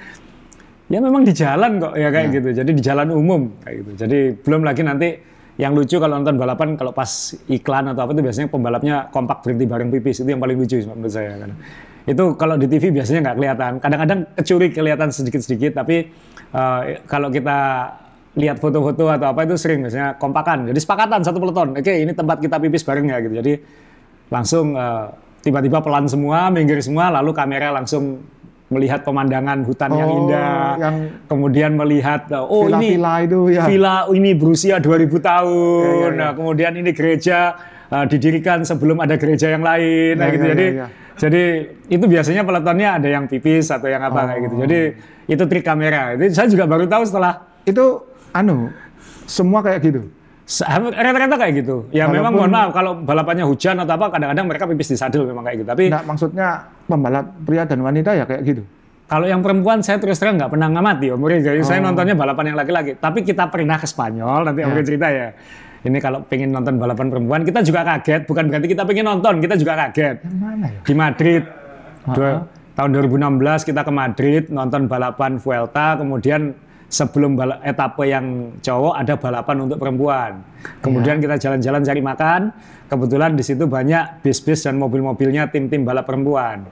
ya memang di jalan kok ya kayak gitu. Jadi di jalan umum kayak gitu. Jadi belum lagi nanti yang lucu kalau nonton balapan kalau pas iklan atau apa itu biasanya pembalapnya kompak berhenti bareng pipis, itu yang paling lucu menurut saya kan. Itu kalau di TV biasanya nggak kelihatan. Kadang-kadang kecuri kelihatan sedikit-sedikit, tapi kalau kita lihat foto-foto atau apa itu sering biasanya kompakan. Jadi sepakatan satu peleton. Oke, ini tempat kita pipis bareng ya gitu. Jadi langsung tiba-tiba pelan semua, minggir semua, lalu kamera langsung melihat pemandangan hutan yang indah, kemudian melihat villa-villa itu ya. Villa ini berusia 2000 tahun. Nah, kemudian ini gereja didirikan sebelum ada gereja yang lain gitu. Jadi itu biasanya peletonnya ada yang pipis atau yang apa kayak gitu. Jadi itu trik kamera. Itu saya juga baru tahu setelah itu semua kayak gitu. Rata-rata kayak gitu. Ya walaupun, memang mohon maaf kalau balapannya hujan atau apa kadang-kadang mereka pipis di sadel memang kayak gitu. Tapi maksudnya pembalap pria dan wanita ya kayak gitu. Kalau yang perempuan saya terus terang nggak pernah ngamati Om Ri. Jadi saya nontonnya balapan yang laki-laki. Tapi kita pernah ke Spanyol, nanti Om Ri cerita ya. Ini kalau pengen nonton balapan perempuan kita juga kaget. Bukan berarti kita pengen nonton, kita juga kaget. Yang mana ya? Di Madrid. Tahun 2016 kita ke Madrid nonton balapan Vuelta, kemudian sebelum etape yang cowok ada balapan untuk perempuan. Kemudian kita jalan-jalan cari makan. Kebetulan di situ banyak bis-bis dan mobil-mobilnya tim-tim balap perempuan.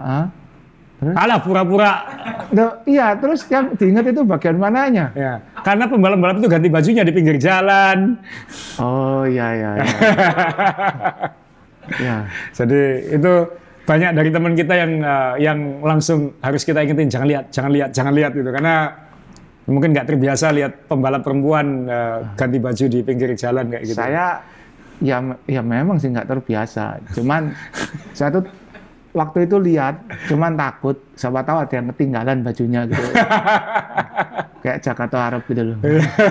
Alah pura-pura. Iya, terus yang diingat itu bagian mananya? Ya, karena pembalap-balap itu ganti bajunya di pinggir jalan. Oh iya. Ya. Jadi itu banyak dari teman kita yang langsung harus kita ingetin jangan lihat gitu karena mungkin nggak terbiasa lihat pembalap perempuan ganti baju di pinggir jalan kayak gitu. Saya ya memang sih nggak terbiasa. Cuman saya tuh waktu itu lihat, cuman takut siapa tahu ada yang ketinggalan bajunya gitu. Kayak Jakarta Arab gitu loh.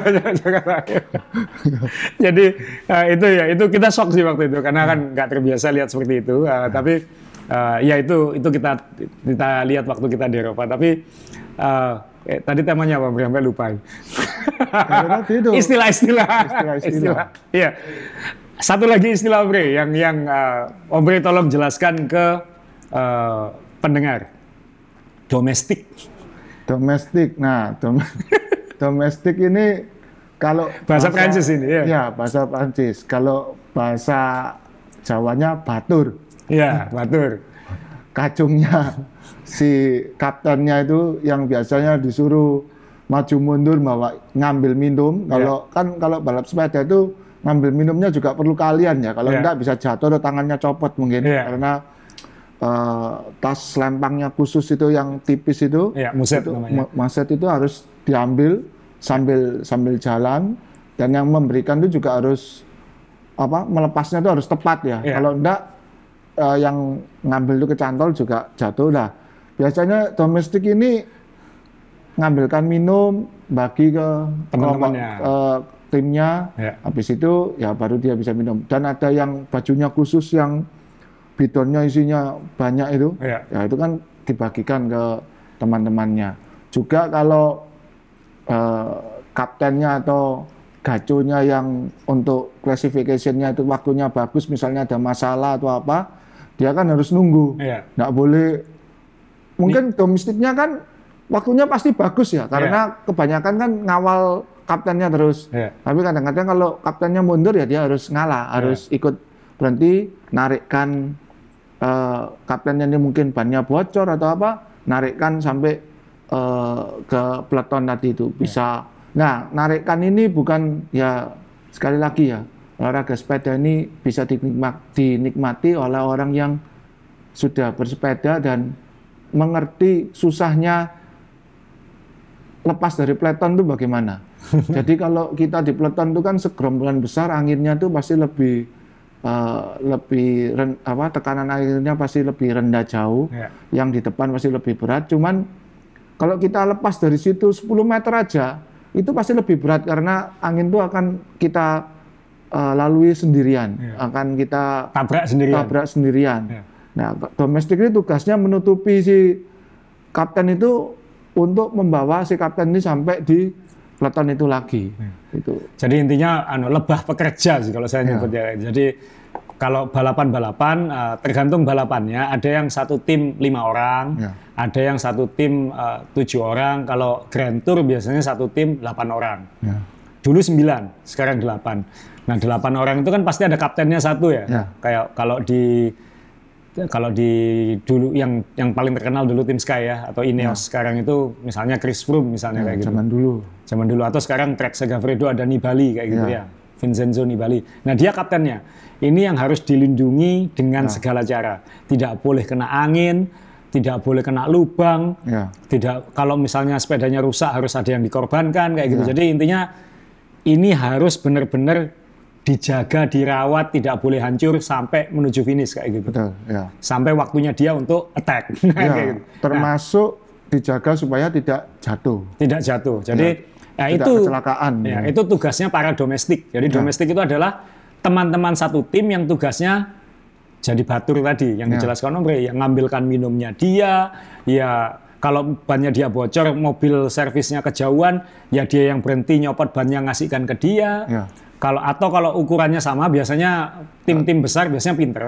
Jadi itu kita shock sih waktu itu karena kan nggak terbiasa lihat seperti itu. Tapi ya itu kita lihat waktu kita di Eropa. Tapi tadi temanya apa? Sampai lupa. Istilah-istilah. Iya. Satu lagi istilah Om Bre yang Om Bre tolong jelaskan ke pendengar. Domestik. Nah, domestik ini kalau bahasa Prancis ini ya. Ya, bahasa Prancis. Kalau bahasa Jawanya batur. Iya, batur. Kacungnya si kaptennya itu yang biasanya disuruh maju mundur ngambil minum. Kalau balap sepeda itu ngambil minumnya juga perlu kalian ya. Kalau enggak bisa jatuh atau tangannya copot mungkin karena tas lempangnya khusus itu yang tipis itu. Muset namanya. Muset itu harus diambil sambil jalan dan yang memberikan itu juga harus melepasnya itu harus tepat ya. Kalau enggak yang ngambil itu kecantol juga jatuh lah. Biasanya domestik ini ngambilkan minum, bagi ke teman-temannya, timnya, habis itu ya baru dia bisa minum. Dan ada yang bajunya khusus yang bidonnya isinya banyak itu, ya itu kan dibagikan ke teman-temannya. Juga kalau kaptennya atau gaconya yang untuk classification-nya itu waktunya bagus, misalnya ada masalah atau apa, dia kan harus nunggu, nggak boleh. Mungkin domestiknya kan waktunya pasti bagus ya, karena kebanyakan kan ngawal kaptennya terus. Tapi kadang-kadang kalau kaptennya mundur ya dia harus ngalah, harus ikut berhenti, narikkan kaptennya ini mungkin bannya bocor atau apa, narikkan sampai ke peleton tadi itu bisa. Nah, narikkan ini bukan ya sekali lagi ya, olahraga sepeda ini bisa dinikmati oleh orang yang sudah bersepeda dan mengerti susahnya lepas dari peleton itu bagaimana. Jadi kalau kita di peleton itu kan segerombolan besar, anginnya tuh pasti tekanan airnya pasti lebih rendah jauh, yang di depan pasti lebih berat. Cuman kalau kita lepas dari situ 10 meter aja, itu pasti lebih berat karena angin itu akan kita lalui sendirian, akan kita tabrak sendirian. Nah, domestik ini tugasnya menutupi si kapten itu untuk membawa si kapten ini sampai di peleton itu lagi. Itu. Jadi intinya lebah pekerja sih kalau saya nyebutnya. Jadi kalau balapan-balapan tergantung balapannya. Ada yang satu tim 5 orang, ada yang satu tim 7 orang. Kalau Grand Tour biasanya satu tim 8 orang. Dulu 9, sekarang 8. Nah 8 orang itu kan pasti ada kaptennya satu ya. Kayak kalau di dulu yang paling terkenal dulu tim Sky ya atau Ineos, sekarang itu misalnya Chris Froome misalnya kayak gitu. Zaman dulu atau sekarang Trek Segafredo ada Nibali kayak gitu ya. Vincenzo Nibali. Nah, dia kaptennya. Ini yang harus dilindungi dengan segala cara. Tidak boleh kena angin, tidak boleh kena lubang. Tidak, kalau misalnya sepedanya rusak harus ada yang dikorbankan kayak gitu. Jadi intinya ini harus benar-benar dijaga, dirawat, tidak boleh hancur sampai menuju finish kayak gitu. Betul, sampai waktunya dia untuk attack. Gitu. Termasuk dijaga supaya tidak jatuh. Tidak jatuh. Jadi itu kecelakaan. Itu tugasnya para domestik. Jadi domestik itu adalah teman-teman satu tim yang tugasnya jadi batur tadi yang dijelaskan Om Rey, yang ngambilkan minumnya dia, ya kalau bannya dia bocor, mobil servisnya kejauhan, ya dia yang berhenti nyopot bannya ngasihkan ke dia. Kalau ukurannya sama, biasanya tim-tim besar biasanya pinter.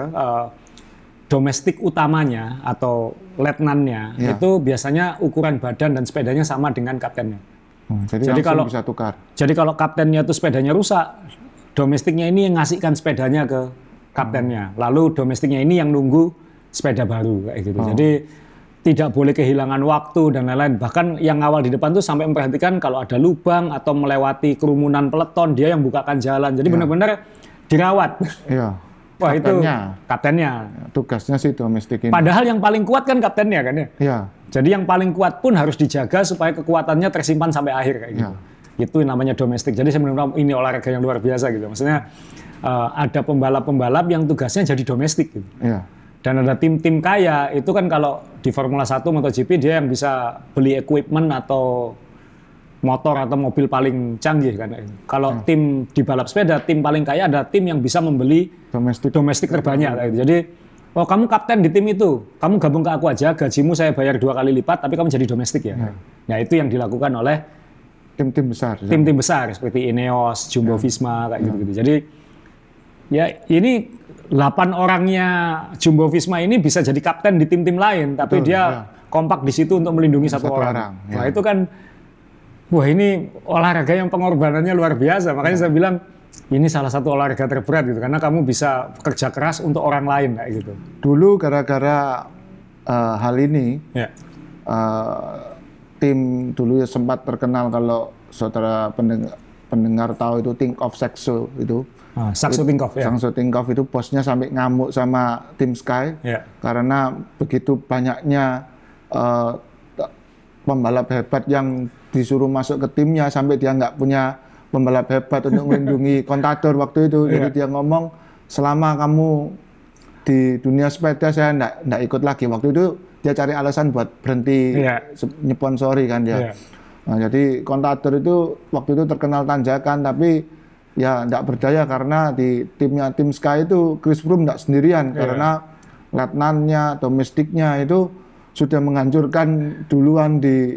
Domestik utamanya atau letnannya itu biasanya ukuran badan dan sepedanya sama dengan kaptennya. Jadi kalau bisa tukar. Jadi kalau kaptennya itu sepedanya rusak, domestiknya ini yang ngasihkan sepedanya ke kaptennya. Lalu domestiknya ini yang nunggu sepeda baru kayak gitu. Jadi tidak boleh kehilangan waktu dan lain-lain. Bahkan yang awal di depan tuh sampai memperhatikan kalau ada lubang atau melewati kerumunan peleton, dia yang bukakan jalan. Jadi benar-benar dirawat. Wah, kaptennya. Itu kaptennya. Tugasnya sih domestik ini. Padahal yang paling kuat kan kaptennya kan ya. Jadi yang paling kuat pun harus dijaga supaya kekuatannya tersimpan sampai akhir kayak gitu. Itu namanya domestik. Jadi sebenarnya ini olahraga yang luar biasa gitu. Maksudnya ada pembalap-pembalap yang tugasnya jadi domestik gitu. Dan ada tim-tim kaya, itu kan kalau di Formula 1 MotoGP dia yang bisa beli equipment atau motor atau mobil paling canggih kan. Kalau tim di balap sepeda, tim paling kaya ada tim yang bisa membeli domestik terbanyak. Jadi, oh kamu kapten di tim itu, kamu gabung ke aku aja, gajimu saya bayar 2 kali lipat, tapi kamu jadi domestik ya. Nah itu yang dilakukan oleh tim-tim besar. Tim-tim besar seperti Ineos, Jumbo Visma kayak gitu-gitu. Jadi ya ini 8 orangnya Jumbo Visma ini bisa jadi kapten di tim-tim lain, tapi dia kompak di situ untuk melindungi satu orang. Nah itu kan, wah ini olahraga yang pengorbanannya luar biasa. Makanya saya bilang ini salah satu olahraga terberat gitu, karena kamu bisa kerja keras untuk orang lain kayak gitu. Dulu gara-gara hal ini, tim dulu sempat terkenal, kalau saudara pendengar tahu itu Think of Saxo itu. Saxo Tinkoff ya. Saxo Tinkoff itu bosnya sampai ngamuk sama tim Sky karena begitu banyaknya pembalap hebat yang disuruh masuk ke timnya sampai dia nggak punya pembalap hebat untuk melindungi Contador waktu itu. Jadi dia ngomong, selama kamu di dunia sepeda saya nggak ikut lagi. Waktu itu dia cari alasan buat berhenti nyponsori kan dia. Nah, jadi Contador itu waktu itu terkenal tanjakan, tapi ya nggak berdaya karena di timnya tim Sky itu Chris Froome nggak sendirian karena letnannya, domestiknya itu sudah menghancurkan duluan di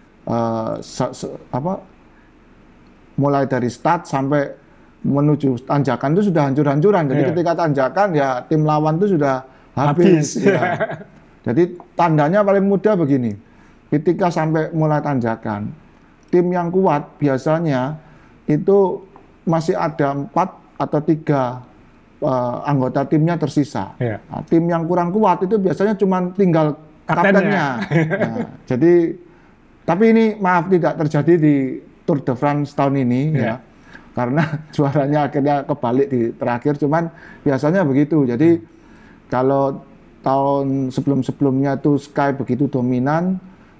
mulai dari start sampai menuju tanjakan itu sudah hancur-hancuran. Jadi ketika tanjakan ya tim lawan itu sudah habis. Jadi tandanya paling mudah begini, ketika sampai mulai tanjakan, tim yang kuat biasanya itu masih ada 4 atau 3 anggota timnya tersisa. Ya. Nah, tim yang kurang kuat itu biasanya cuma tinggal kaptennya. Nah, jadi tapi ini maaf tidak terjadi di Tour de France tahun ini ya. Karena juaranya akhirnya kebalik di terakhir, cuman biasanya begitu. Jadi kalau tahun sebelum-sebelumnya tuh Sky begitu dominan,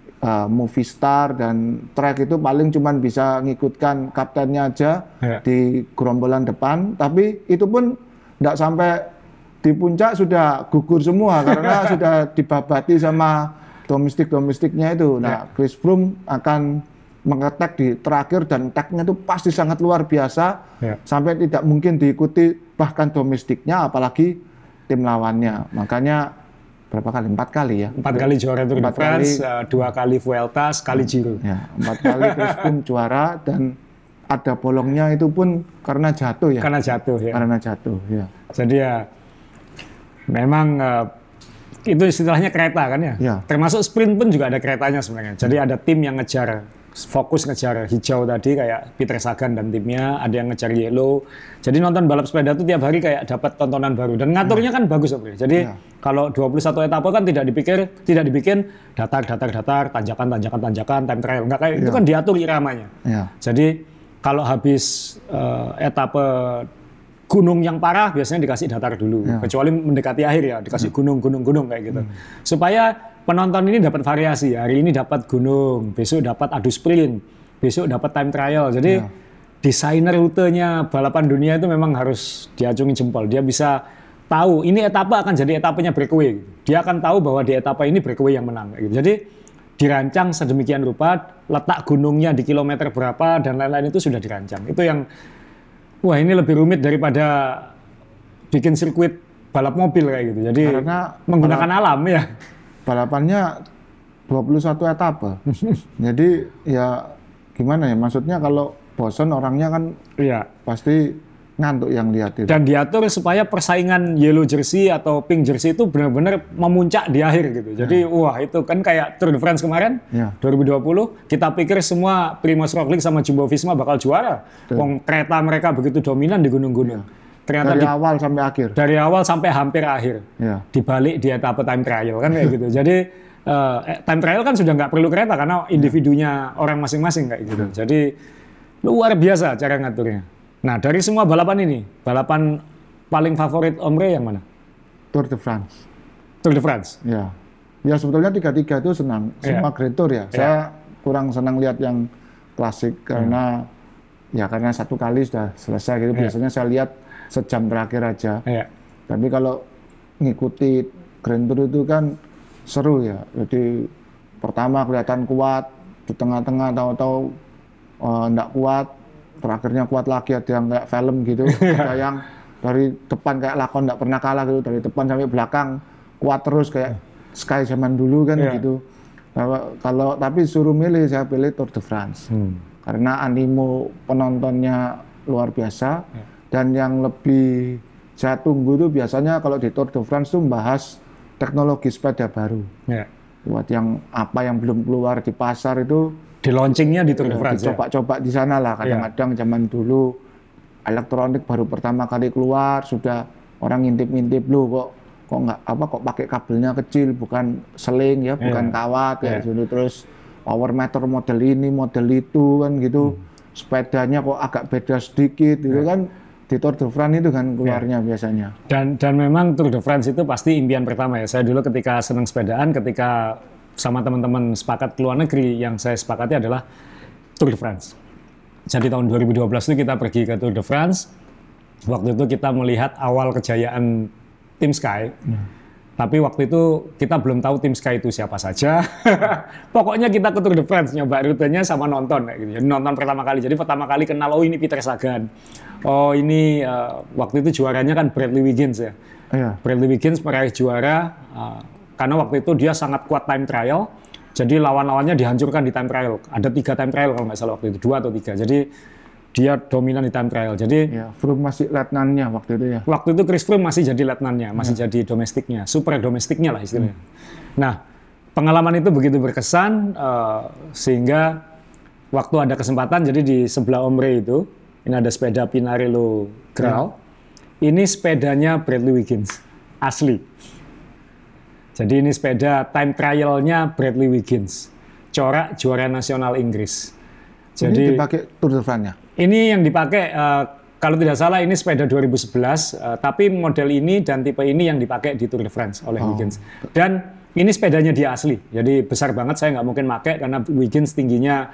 Movistar dan Trek itu paling cuman bisa ngikutkan kaptennya aja di gerombolan depan, tapi itu pun tidak sampai di puncak sudah gugur semua karena sudah dibabati sama domestiknya itu. Nah, Chris Froome akan mengetek di terakhir dan tagnya itu pasti sangat luar biasa sampai tidak mungkin diikuti bahkan domestiknya apalagi tim lawannya. Makanya berapa kali? 4 kali ya? 4 kali juara Tour de France, 2 kali Vuelta, sekali Giro. Ya, 4 kali Chris Froome juara dan ada bolongnya itu pun karena jatuh ya? Karena jatuh ya. Karena jatuh ya. Jadi ya memang itu istilahnya kereta kan ya? Ya. Termasuk sprint pun juga ada keretanya sebenarnya. Jadi ada tim yang fokus ngejar hijau tadi kayak Peter Sagan dan timnya, ada yang ngejar yellow. Jadi nonton balap sepeda itu tiap hari kayak dapat tontonan baru dan ngaturnya kan bagus Om. Jadi kalau 21 etapa kan tidak dibikin datar, tanjakan, time trial. Enggak kayak itu kan diatur iramanya. Jadi kalau habis etapa gunung yang parah biasanya dikasih datar dulu. Kecuali mendekati akhir ya, dikasih gunung kayak gitu. Supaya penonton ini dapat variasi. Hari ini dapat gunung, besok dapat adu sprint, besok dapat time trial. Jadi desainer rutenya balapan dunia itu memang harus diacungi jempol. Dia bisa tahu ini etapa akan jadi etapanya breakaway. Dia akan tahu bahwa di etapa ini breakaway yang menang. Gitu. Jadi dirancang sedemikian rupa, letak gunungnya di kilometer berapa dan lain-lain itu sudah dirancang. Itu yang wah ini lebih rumit daripada bikin sirkuit balap mobil kayak gitu. Jadi karena menggunakan alam ya. Balapannya 21 etapa. Jadi ya gimana ya, maksudnya kalau bosan orangnya kan pasti ngantuk yang lihat itu. Dan diatur supaya persaingan yellow jersey atau pink jersey itu benar-benar memuncak di akhir gitu. Jadi wah itu kan kayak Tour de France kemarin 2020, kita pikir semua Primož Roglič sama Jumbo Visma bakal juara. Wong kereta mereka begitu dominan di gunung-gunung. Ternyata dari awal sampai akhir. Dari awal sampai hampir akhir. Dibalik di etapa time trial kan kayak gitu. Jadi time trial kan sudah nggak perlu kereta karena individunya orang masing-masing kayak gitu. Jadi luar biasa cara ngaturnya. Nah dari semua balapan ini, balapan paling favorit Omre yang mana? Tour de France. Tour de France. Ya sebetulnya 3-3 itu senang. Semua Grand Tour ya. Saya kurang senang lihat yang klasik karena karena satu kali sudah selesai gitu. Biasanya saya lihat sejam terakhir aja. Tapi kalau ngikuti Grand Tour itu kan seru ya. Jadi pertama kelihatan kuat, di tengah-tengah tahu-tahu enggak kuat, terakhirnya kuat lagi, ada yang kayak film gitu. Ada yang dari depan kayak lakon enggak pernah kalah gitu, dari depan sampai belakang kuat terus kayak Sky zaman dulu kan gitu. Kalau tapi suruh milih, saya pilih Tour de France. Karena animo penontonnya luar biasa. Dan yang lebih saya tunggu tuh biasanya kalau di Tour de France tuh membahas teknologi sepeda baru. Buat yang apa yang belum keluar di pasar itu di launchingnya di Tour de France. Dicoba-coba di sana lah. Kadang-kadang zaman dulu elektronik baru pertama kali keluar sudah orang ngintip-ngintip loh kok pakai kabelnya kecil bukan seling ya, bukan kawat ya gitu. Terus power meter model ini model itu kan gitu. Sepedanya kok agak beda sedikit gitu kan. Di Tour de France itu kan keluarnya biasanya. Dan memang Tour de France itu pasti impian pertama ya. Saya dulu ketika senang sepedaan, ketika sama teman-teman sepakat ke luar negeri, yang saya sepakati adalah Tour de France. Jadi tahun 2012 itu kita pergi ke Tour de France. Waktu itu kita melihat awal kejayaan tim Sky. Tapi waktu itu kita belum tahu tim Sky itu siapa saja. Pokoknya kita ke Tour de France, nyoba rutenya sama nonton kayak gitu. Jadi nonton pertama kali. Jadi pertama kali kenal, oh ini Peter Sagan. Oh ini waktu itu juaranya kan Bradley Wiggins ya. Bradley Wiggins meraih juara karena waktu itu dia sangat kuat time trial. Jadi lawan-lawannya dihancurkan di time trial. Ada 3 time trial kalau nggak salah waktu itu, 2 atau 3. Jadi dia dominan di time trial. Jadi Froome masih letnannya waktu itu ya. Waktu itu Chris Froome masih jadi letnannya, masih jadi domestiknya, super domestiknya lah istilahnya. Nah, pengalaman itu begitu berkesan sehingga waktu ada kesempatan, jadi di sebelah Omre itu, ini ada sepeda Pinarello Graal. Ini sepedanya Bradley Wiggins, asli. Jadi ini sepeda time trialnya Bradley Wiggins, corak juara nasional Inggris. Jadi ini dipakai Tour de France-nya? Ini yang dipakai, kalau tidak salah ini sepeda 2011, tapi model ini dan tipe ini yang dipakai di Tour de France oleh Wiggins. Dan ini sepedanya dia asli, jadi besar banget, saya nggak mungkin pakai karena Wiggins tingginya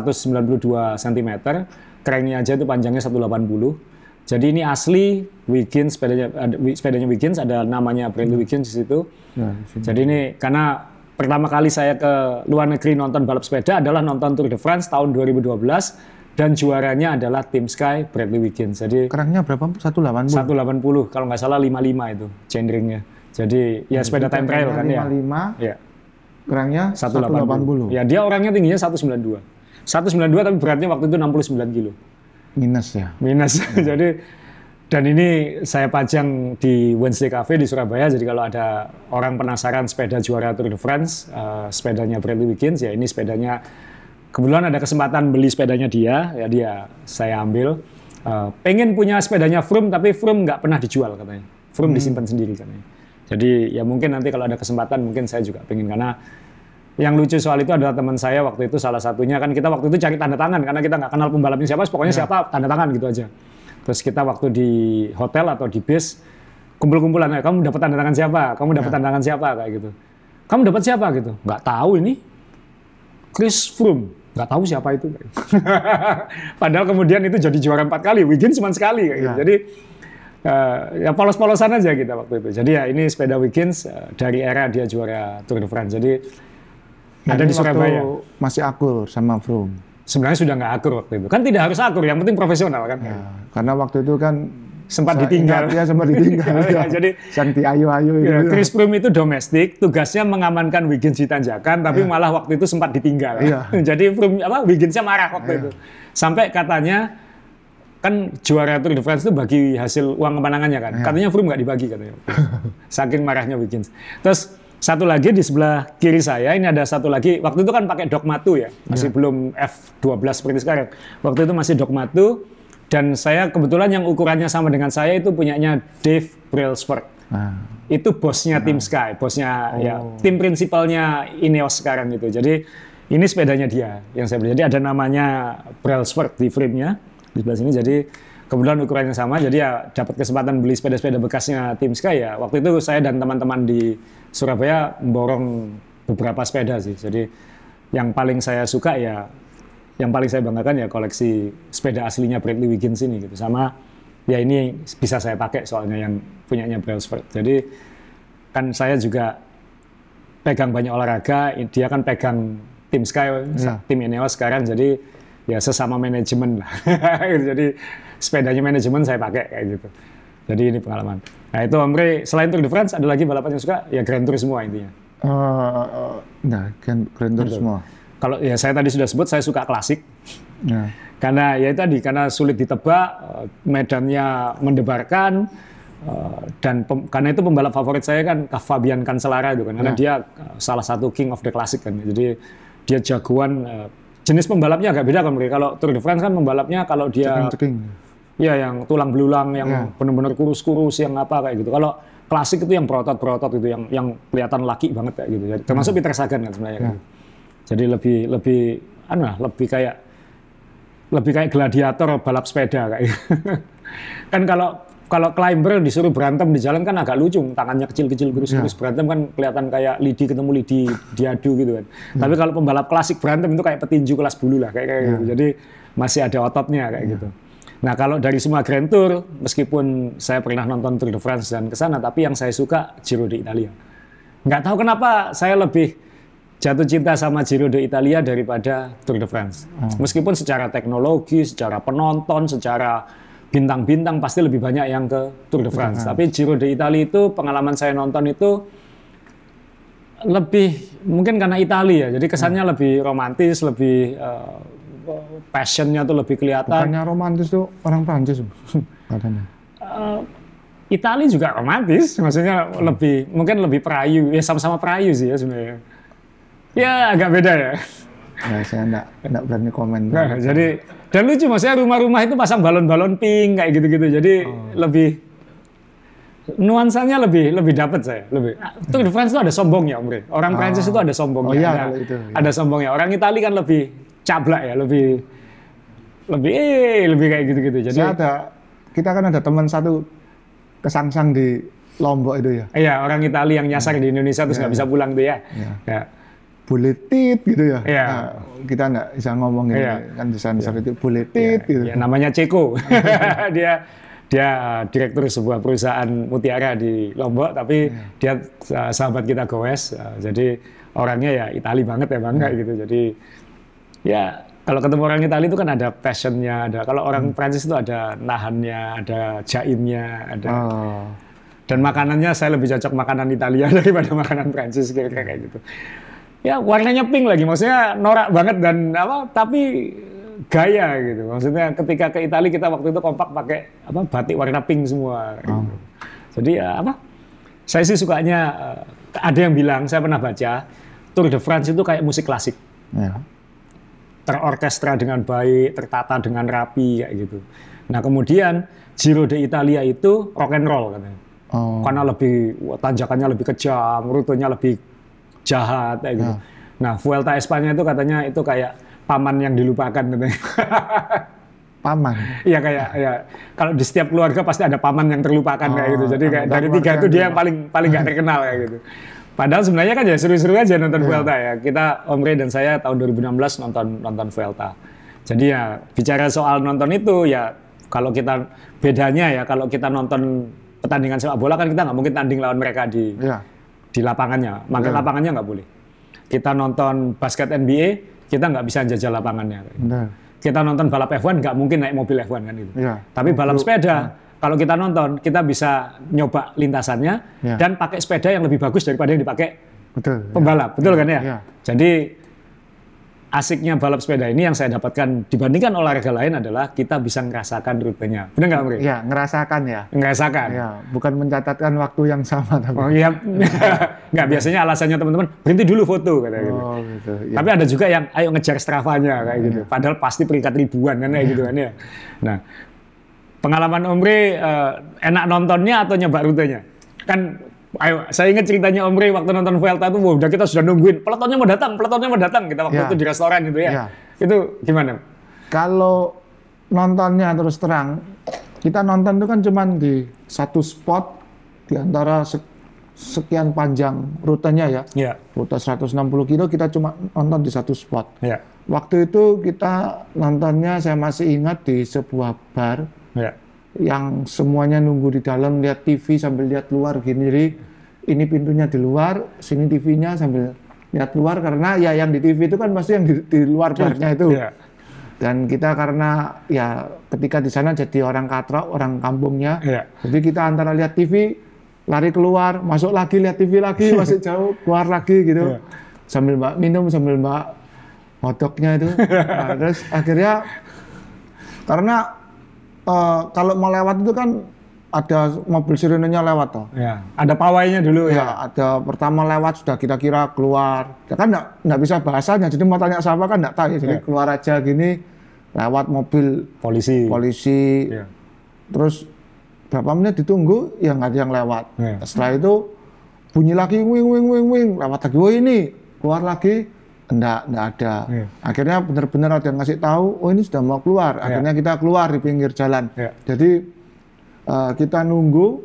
192 cm, cranknya aja itu panjangnya 180. Jadi ini asli Wiggins, sepedanya Wiggins, ada namanya Bradley Wiggins di situ. Ya, jadi ini karena pertama kali saya ke luar negeri nonton balap sepeda adalah nonton Tour de France tahun 2012 dan juaranya adalah Team Sky Bradley Wiggins. Jadi cranknya berapa? 180? 180, kalau nggak salah 55 itu chainringnya. Jadi ya sepeda time trial kan 55, ya. 55, ya. Cranknya 180. Ya dia orangnya tingginya 192. 192 tapi beratnya waktu itu 69 kilo. Minus ya? Minus. Jadi, dan ini saya pajang di Wednesday Cafe di Surabaya, jadi kalau ada orang penasaran sepeda juara Tour de France, sepedanya Bradley Wiggins, ya ini sepedanya, kebetulan ada kesempatan beli sepedanya dia, ya dia saya ambil. Pengen punya sepedanya Froome, tapi Froome nggak pernah dijual katanya. Froome disimpan sendiri katanya. Jadi ya mungkin nanti kalau ada kesempatan, mungkin saya juga pengen, karena yang lucu soal itu adalah teman saya waktu itu salah satunya, kan kita waktu itu cari tanda tangan karena kita nggak kenal pembalapnya siapa, pokoknya siapa tanda tangan gitu aja. Terus kita waktu di hotel atau di bis kumpul-kumpulan, kamu dapat tanda tangan siapa, kamu dapat tanda tangan siapa, kayak gitu. Kamu dapat siapa gitu? Nggak tahu ini. Chris Froome, nggak tahu siapa itu. Padahal kemudian itu jadi juara 4 kali, Wiggins cuma sekali kayak gitu. Jadi ya polos-polosan aja kita waktu itu. Jadi ya ini sepeda Wiggins dari era dia juara Tour de France. Jadi ada di Surabaya. Masih akur sama Froome? Sebenarnya sudah nggak akur waktu itu. Kan tidak harus akur, yang penting profesional kan. Ya, karena waktu itu kan sempat ditinggal. Ya, sempat ditinggal. Ya. Jadi Santi ayu-ayu itu. Ya, Chris Froome itu domestik, tugasnya mengamankan Wiggins di tanjakan, tapi malah waktu itu sempat ditinggal. Ya. Jadi Froome Wigginsnya marah waktu itu. Sampai katanya kan juara Tour de France itu bagi hasil uang kemenangannya kan. Katanya Froome nggak dibagi katanya. Saking marahnya Wiggins. Terus satu lagi di sebelah kiri saya, ini ada satu lagi, waktu itu kan pakai Dogmatu ya, masih belum F12 seperti sekarang. Waktu itu masih Dogmatu, dan saya kebetulan yang ukurannya sama dengan saya itu punyanya Dave Brailsford. Itu bosnya Team Sky, bosnya ya, tim prinsipalnya Ineos sekarang itu. Jadi ini sepedanya dia yang saya beli. Jadi ada namanya Brailsford di frame-nya, di sebelah sini. Jadi kebetulan ukurannya sama, jadi ya dapat kesempatan beli sepeda-sepeda bekasnya Team Sky ya. Waktu itu saya dan teman-teman di Surabaya memborong beberapa sepeda sih. Jadi yang paling saya suka ya, yang paling saya banggakan ya koleksi sepeda aslinya Bradley Wiggins ini gitu. Sama ya ini bisa saya pakai soalnya yang punyanya Brailsford. Jadi kan saya juga pegang banyak olahraga, dia kan pegang Team Sky, tim Ineos sekarang, jadi ya sesama manajemen lah. Jadi sepedanya manajemen saya pakai kayak gitu. Jadi ini pengalaman. Nah itu Omri, selain Tour de France ada lagi balapan yang suka? Ya Grand Tour semua intinya. Grand Tour semua. Kalau ya saya tadi sudah sebut saya suka klasik. Karena ya tadi karena sulit ditebak, medannya mendebarkan, dan karena itu pembalap favorit saya kan Fabian Cancellara itu kan, karena dia salah satu king of the classic kan. Jadi dia jagoan. Jenis pembalapnya agak beda kan, kalau Tour de France kan pembalapnya kalau dia ya yang tulang belulang, yang benar-benar kurus-kurus, yang apa kayak gitu. Kalau klasik itu yang berotot-berotot itu, yang kelihatan laki banget kayak gitu. Termasuk Peter Sagan kan sebenarnya. Gitu. Jadi lebih kayak gladiator balap sepeda kayak gitu. Kan kalau climber disuruh berantem di jalan kan agak lucu, tangannya kecil-kecil kurus-kurus berantem kan kelihatan kayak lidi ketemu lidi diadu gitu kan. Tapi kalau pembalap klasik berantem itu kayak petinju kelas bulu lah kayak gitu. Jadi masih ada ototnya kayak gitu. Nah kalau dari semua Grand Tour, meskipun saya pernah nonton Tour de France dan kesana, tapi yang saya suka Giro d'Italia. Nggak tahu kenapa saya lebih jatuh cinta sama Giro d'Italia daripada Tour de France. Meskipun secara teknologi, secara penonton, secara bintang-bintang pasti lebih banyak yang ke Tour de France. Tapi Giro d'Italia itu pengalaman saya nonton itu lebih mungkin karena Italia ya. Jadi kesannya lebih romantis, lebih passionnya tuh lebih kelihatan. Bukannya romantis tuh orang Prancis katanya. Italia juga romantis, maksudnya mungkin lebih perayu, ya sama-sama perayu sih ya sebenarnya. Ya agak beda ya. Nah, saya enggak berani komen. Nah, jadi dan lucu maksudnya rumah-rumah itu pasang balon-balon pink kayak gitu-gitu. Jadi nuansanya lebih dapat saya. Tour de France itu ada sombongnya, Om Rey. Orang Prancis itu ada sombongnya. Oh iya, ada, kalau itu, iya. ada sombongnya. Orang Itali kan lebih cablak ya, lebih kayak gitu-gitu. Jadi kita kan ada teman satu kesangsang di Lombok itu ya. Iya, orang Itali yang nyasar di Indonesia terus nggak bisa pulang tuh ya. Ya. Buletit gitu ya. Iya. Nah, kita nggak bisa ngomongin kan di sana itu buletit gitu. Ya, namanya Ceko. dia direktur sebuah perusahaan mutiara di Lombok, tapi dia sahabat kita goes. Jadi orangnya ya Itali banget ya Bang, kayak gitu. Jadi ya kalau ketemu orang Itali itu kan ada passionnya, ada. Kalau orang Prancis itu ada nahannya, ada jaimnya, ada. Dan makanannya saya lebih cocok makanan Italia daripada makanan Prancis kira-kira kayak gitu. Ya warnanya pink lagi, maksudnya norak banget dan tapi gaya gitu. Maksudnya ketika ke Italia kita waktu itu kompak pakai batik warna pink semua. Gitu. Jadi saya sih sukanya ada yang bilang, saya pernah baca Tour de France itu kayak musik klasik. Ya. Terorkestra dengan baik, tertata dengan rapi kayak gitu. Nah, kemudian Giro d'Italia itu rock and roll katanya. Karena tanjakannya lebih kejam, rutenya lebih jahat kayak gitu. Nah, Vuelta Espanya itu katanya itu kayak paman yang dilupakan katanya. Paman. Iya kayak kalau di setiap keluarga pasti ada paman yang terlupakan kayak gitu. Jadi kayak dari tiga itu dia yang paling nggak terkenal kayak gitu. Padahal sebenarnya kan ya seru-seru aja nonton Vuelta ya. Kita Om Rey dan saya tahun 2016 nonton Vuelta. Jadi ya bicara soal nonton itu ya kalau kita bedanya ya kalau kita nonton pertandingan sepak bola kan kita nggak mungkin tanding lawan mereka di lapangannya. Makanya lapangannya nggak boleh. Kita nonton basket NBA kita nggak bisa jajal lapangannya. Kita nonton balap F1 nggak mungkin naik mobil F1 kan itu. Tapi balap sepeda kalau kita nonton kita bisa nyoba lintasannya dan pakai sepeda yang lebih bagus daripada yang dipakai pembalap. Betul kan ya? Jadi asiknya balap sepeda ini yang saya dapatkan dibandingkan olahraga lain adalah kita bisa ngerasakan rutenya. Benar nggak, Om Rey? Iya, ngerasakan ya. Ngerasakan. Ya, bukan mencatatkan waktu yang sama. Tapi. Oh iya, nggak biasanya alasannya teman-teman berhenti dulu foto katanya gitu. Gitu. Ya. Tapi ada juga yang ayo ngejar Strava-nya kayak gitu. Padahal pasti peringkat ribuan kan kayak gitu kan ya. Nah, pengalaman Om Rey enak nontonnya atau nyoba rutenya? Kan ayo, saya ingat ceritanya Om Rey waktu nonton Vuelta itu, udah kita sudah nungguin pelotonnya mau datang kita waktu itu di restoran gitu ya. Itu gimana? Kalau nontonnya terus terang, kita nonton itu kan cuma di satu spot di antara sekian panjang rutenya ya. Rute 160 kilo kita cuma nonton di satu spot. Waktu itu kita nontonnya saya masih ingat di sebuah bar. Yang semuanya nunggu di dalam lihat TV sambil lihat luar gini, jadi ini pintunya di luar, sini TV-nya sambil lihat luar karena ya yang di TV itu kan pasti yang di luar barnya itu. Dan kita karena ya ketika di sana jadi orang katrok, orang kampungnya, jadi kita antara lihat TV lari keluar, masuk lagi lihat TV lagi, masih jauh keluar lagi gitu, sambil minum sambil hotdognya itu. Nah, terus akhirnya karena kalau mau lewat itu kan ada mobil sirenenya lewat toh. Ada pawainya dulu ya. Ada pertama lewat sudah kita kira keluar. Ya kan nggak bisa bahasanya, jadi mau tanya siapa kan nggak tahu. Jadi keluar aja gini, lewat mobil polisi. Terus berapa menit ditunggu, ya nggak ada yang lewat. Setelah itu bunyi lagi wing, lewat lagi. Oh ini keluar lagi. Enggak ada. Akhirnya benar-benar ada yang ngasih tahu, oh ini sudah mau keluar. Akhirnya kita keluar di pinggir jalan. Jadi kita nunggu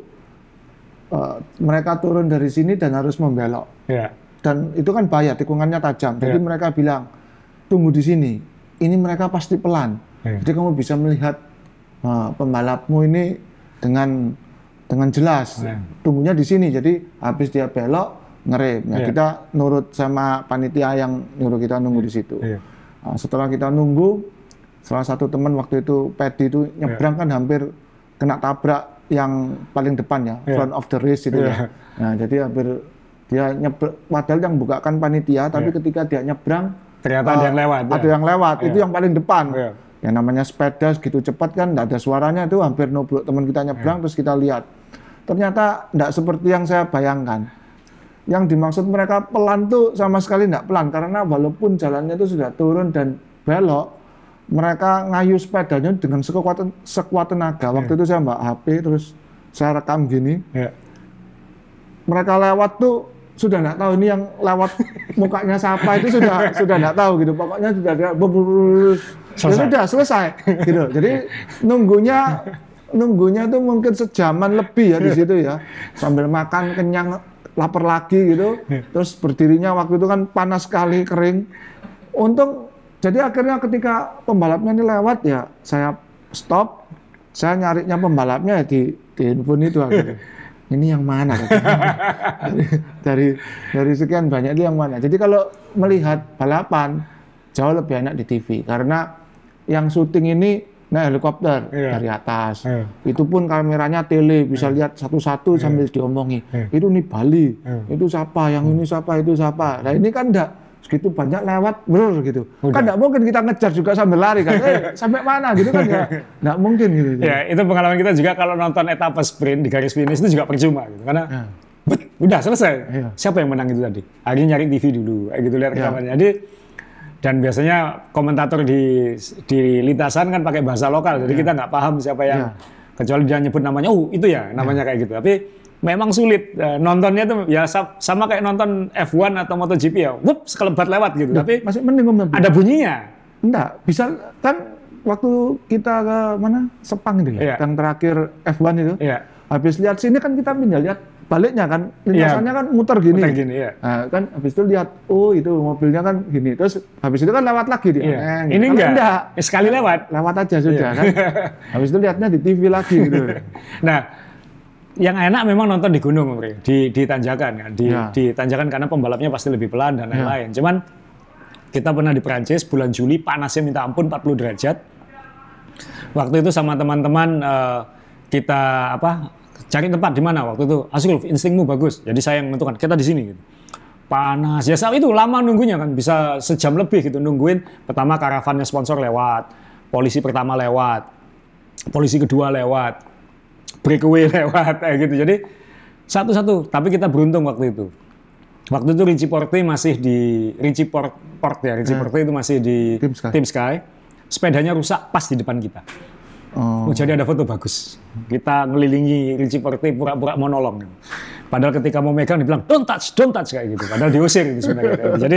mereka turun dari sini dan harus membelok. Dan itu kan bahaya, tikungannya tajam. Jadi mereka bilang, tunggu di sini. Ini mereka pasti pelan. Jadi kamu bisa melihat pembalapmu ini dengan jelas. Tunggunya di sini. Jadi habis dia belok ngerem. Nah, kita nurut sama panitia yang nyuruh kita nunggu di situ. Nah, setelah kita nunggu, salah satu teman waktu itu Pedi itu nyebrang kan hampir kena tabrak yang paling depan ya, front of the race itu ya. Nah, jadi hampir dia nyebrang, padahal yang bukakan panitia, tapi ketika dia nyebrang ternyata ada yang lewat. Ada yang lewat, itu yang paling depan. Yang namanya sepeda segitu cepat kan, nggak ada suaranya, itu hampir nubruk teman kita nyebrang, terus kita lihat. Ternyata nggak seperti yang saya bayangkan. Yang dimaksud mereka pelan tuh sama sekali nggak pelan, karena walaupun jalannya itu sudah turun dan belok, mereka ngayuh sepedanya dengan sekuat tenaga. Waktu itu saya bawa HP, terus saya rekam gini. Ya. Mereka lewat tuh sudah nggak tahu ini yang lewat mukanya siapa itu sudah nggak tahu gitu. Pokoknya sudah ya sudah selesai gitu. Jadi nunggunya tuh mungkin sejaman lebih ya di situ ya. Sambil makan kenyang, lapar lagi gitu. Terus berdirinya waktu itu kan panas sekali, kering. Untung jadi akhirnya ketika pembalapnya ini lewat ya saya stop, saya nyarinya pembalapnya ya di handphone itu akhirnya. Ini yang mana? dari sekian banyak itu yang mana? Jadi kalau melihat balapan jauh lebih enak di TV karena yang syuting ini naik helikopter dari atas. Itu pun kameranya tele bisa lihat satu-satu sambil diomongi. Itu nih Bali, itu siapa, yang ini siapa, itu siapa. Nah ini kan enggak segitu banyak lewat gitu. Kan enggak mungkin kita ngejar juga sambil lari kan. Sampai mana gitu kan ya. Enggak mungkin gitu. Ya, itu pengalaman kita juga kalau nonton etapa sprint di garis finish itu juga percuma gitu. Karena udah selesai. Siapa yang menang itu tadi? Akhirnya nyari TV dulu, gitu lihat rekamannya. Jadi dan biasanya komentator di lintasan kan pakai bahasa lokal, jadi kita nggak paham siapa yang kecuali dia nyebut namanya, itu ya namanya kayak gitu. Tapi memang sulit nontonnya tuh ya sama kayak nonton F1 atau MotoGP ya, sekelebat lewat gitu. Tapi masih mending ada bunyinya. Enggak, bisa kan waktu kita ke mana Sepang itu ya, yang terakhir F1 itu. Habis lihat sini kan kita pindah lihat baliknya kan, lintasannya kan muter gini. Nah, kan habis itu lihat, itu mobilnya kan gini. Terus habis itu kan lewat lagi dia. Ini enggak. Sekali lewat aja sudah kan. Habis itu lihatnya di TV lagi gitu. Nah, yang enak memang nonton di gunung, di tanjakan kan. Di tanjakan karena pembalapnya pasti lebih pelan dan lain-lain. Cuman kita pernah di Perancis bulan Juli, panasnya minta ampun 40 derajat. Waktu itu sama teman-teman kita cari tempat di mana waktu itu. Asrul, instingmu bagus. Jadi saya yang menentukan kita di sini gitu. Panas. Ya saat itu lama nunggunya kan, bisa sejam lebih gitu nungguin. Pertama karavannya sponsor lewat, polisi pertama lewat, polisi kedua lewat, breakaway lewat kayak gitu. Jadi satu-satu, tapi kita beruntung waktu itu. Waktu itu Richie Porte masih di Porte itu masih di Team Sky. Sepedanya rusak pas di depan kita. Jadi ada foto bagus. Kita ngelilingi Richie Porte pura-pura mau nolong. Padahal ketika mau megang dibilang don't touch kayak gitu. Padahal diusir gitu sebenarnya. Jadi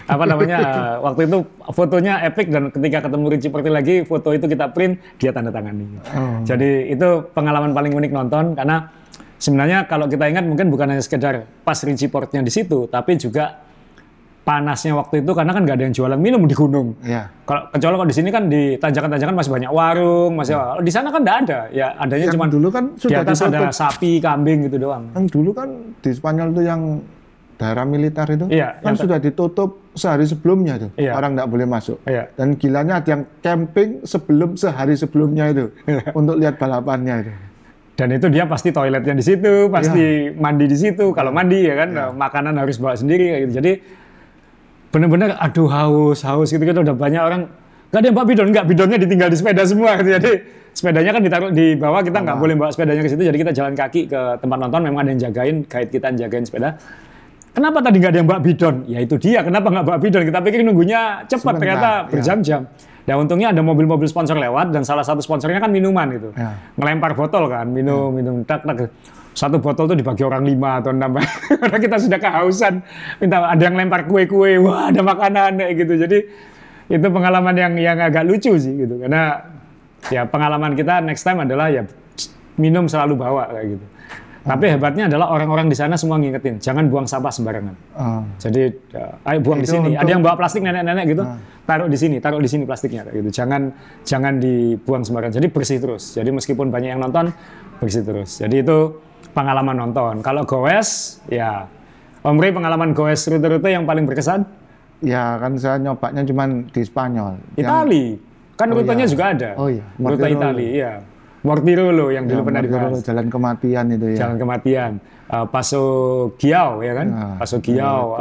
waktu itu fotonya epic dan ketika ketemu Richie Porte lagi foto itu kita print dia tanda tangani. Jadi itu pengalaman paling unik nonton karena sebenarnya kalau kita ingat mungkin bukan hanya sekedar pas Richie Porte-nya di situ tapi juga panasnya waktu itu karena kan nggak ada yang jualan minum di gunung. Kecuali kalau di sini kan di tanjakan-tanjakan masih banyak warung, di sana kan nggak ada. Ya adanya cuma dulu kan sudah di atas ada sapi, kambing gitu doang. Yang dulu kan di Spanyol itu yang daerah militer itu kan sudah ditutup sehari sebelumnya tuh. Orang nggak boleh masuk. Dan gilanya ada yang camping sehari sebelumnya itu untuk lihat balapannya itu. Dan itu dia pasti toiletnya di situ, pasti mandi di situ. Kalau mandi ya kan makanan harus bawa sendiri kayak gitu. Jadi benar-benar haus gitu udah banyak orang nggak ada yang bawa bidon, bidonnya ditinggal di sepeda semua gitu. Jadi sepedanya kan ditaruh di bawah, kita nggak boleh bawa sepedanya ke situ, jadi kita jalan kaki ke tempat nonton. Memang ada yang jagain, guide kita yang jagain sepeda. Kenapa tadi nggak ada yang bawa bidon? Ya itu dia, kenapa nggak bawa bidon? Kita pikir nunggunya cepat, ternyata berjam-jam. Dan untungnya ada mobil-mobil sponsor lewat dan salah satu sponsornya kan minuman itu, ngelempar botol kan, minum tak. Satu botol tuh dibagi orang 5 atau 6. Karena kita sudah kehausan. Ada yang lempar kue-kue, wah ada makanan kayak gitu. Jadi itu pengalaman yang agak lucu sih gitu. Karena ya pengalaman kita next time adalah ya minum selalu bawa kayak gitu. Tapi hebatnya adalah orang-orang di sana semua ngingetin, jangan buang sampah sembarangan. Jadi ayo buang di sini. Ada yang bawa plastik nenek-nenek gitu, taruh di sini plastiknya kayak gitu. Jangan dibuang sembarangan. Jadi bersih terus. Jadi meskipun banyak yang nonton, bersih terus. Jadi itu pengalaman nonton. Kalau goes, ya Om Rey pengalaman goes rute-rute yang paling berkesan? Ya kan saya nyobanya cuma di Spanyol. Itali, kan rutenya juga ada. Rute Itali, iya. Mortirolo yang dulu pernah dibahas. Jalan kematian itu ya. Jalan kematian. Paso Giao ya kan? Paso Giao.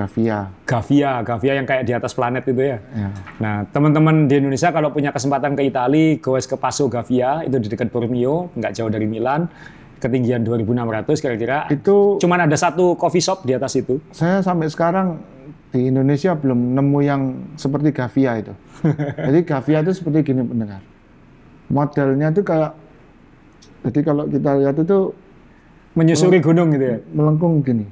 Gavia yang kayak di atas planet itu ya. Nah teman-teman di Indonesia kalau punya kesempatan ke Itali, goes ke Paso Gavia itu di dekat Bormio, nggak jauh dari Milan. Ketinggian 2.600 kira-kira. Itu cuman ada satu coffee shop di atas itu. Saya sampai sekarang di Indonesia belum nemu yang seperti Gavia itu. Jadi Gavia itu seperti gini pendengar. Modelnya itu kayak Jadi kalau kita lihat itu Menyusuri gunung gitu ya? melengkung gini.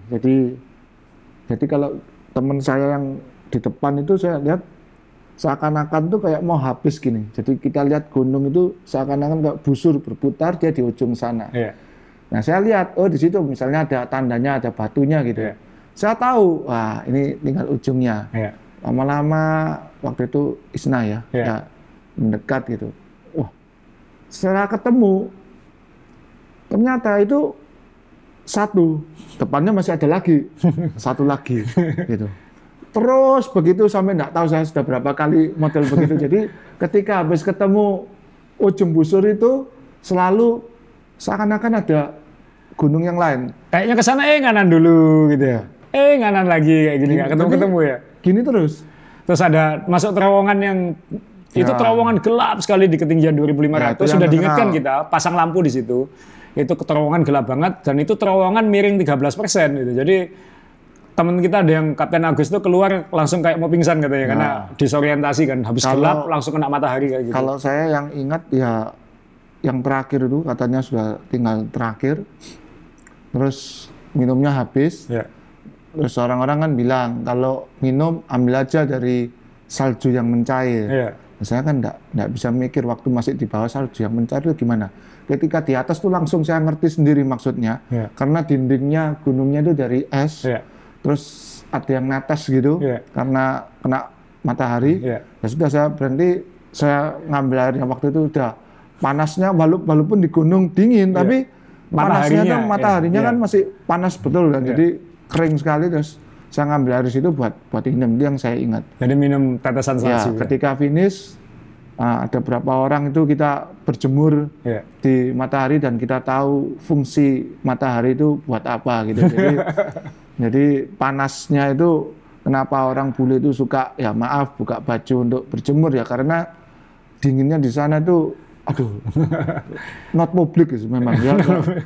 Jadi kalau teman saya yang di depan itu saya lihat seakan-akan tuh kayak mau habis gini. Jadi kita lihat gunung itu seakan-akan kayak busur berputar, dia di ujung sana. Iya. Nah saya lihat, oh di situ misalnya ada tandanya, ada batunya gitu. Iya. Saya tahu, wah ini tinggal ujungnya. Iya. Lama-lama waktu itu Isna ya, Iya. ya mendekat gitu. Wah, setelah ketemu, ternyata itu satu, depannya masih ada lagi, satu lagi, gitu. Terus begitu sampai nggak tahu saya sudah berapa kali model begitu. Jadi ketika habis ketemu ujung busur itu selalu seakan-akan ada gunung yang lain. Kayaknya ke sana nganan dulu gitu ya. Nganan lagi kayak gini, nggak ketemu-ketemu ya. Gini terus. Terus ada masuk terowongan yang itu terowongan gelap sekali di ketinggian 2.500. Sudah diingatkan kita, pasang lampu di situ. Itu terowongan gelap banget dan itu terowongan miring 13% gitu. Jadi teman kita ada yang Kapten Agus itu keluar langsung kayak mau pingsan katanya karena disorientasi kan, habis gelap langsung kena matahari kayak gitu. Kalau saya yang ingat ya yang terakhir itu katanya sudah tinggal terakhir. Terus minumnya habis. Ya. Terus orang-orang kan bilang kalau minum ambil aja dari salju yang mencair. Ya. Saya kan enggak bisa mikir waktu masih di bawah salju yang mencair itu gimana. Ketika di atas tuh langsung saya ngerti sendiri maksudnya. Ya. Karena dindingnya gunungnya itu dari es. Ya. Terus ada yang netes gitu karena kena matahari. Ya sudah saya berhenti, saya ngambil airnya waktu itu udah panasnya walaupun di gunung dingin tapi panasnya tuh mataharinya kan masih panas betul kan. Jadi kering sekali terus saya ngambil air situ buat minum, itu yang saya ingat. Jadi minum tetesan salju. Ketika finish ada berapa orang itu kita berjemur di matahari dan kita tahu fungsi matahari itu buat apa gitu. Jadi panasnya itu kenapa orang bule itu suka ya maaf buka baju untuk berjemur ya karena dinginnya di sana itu not public memang ya.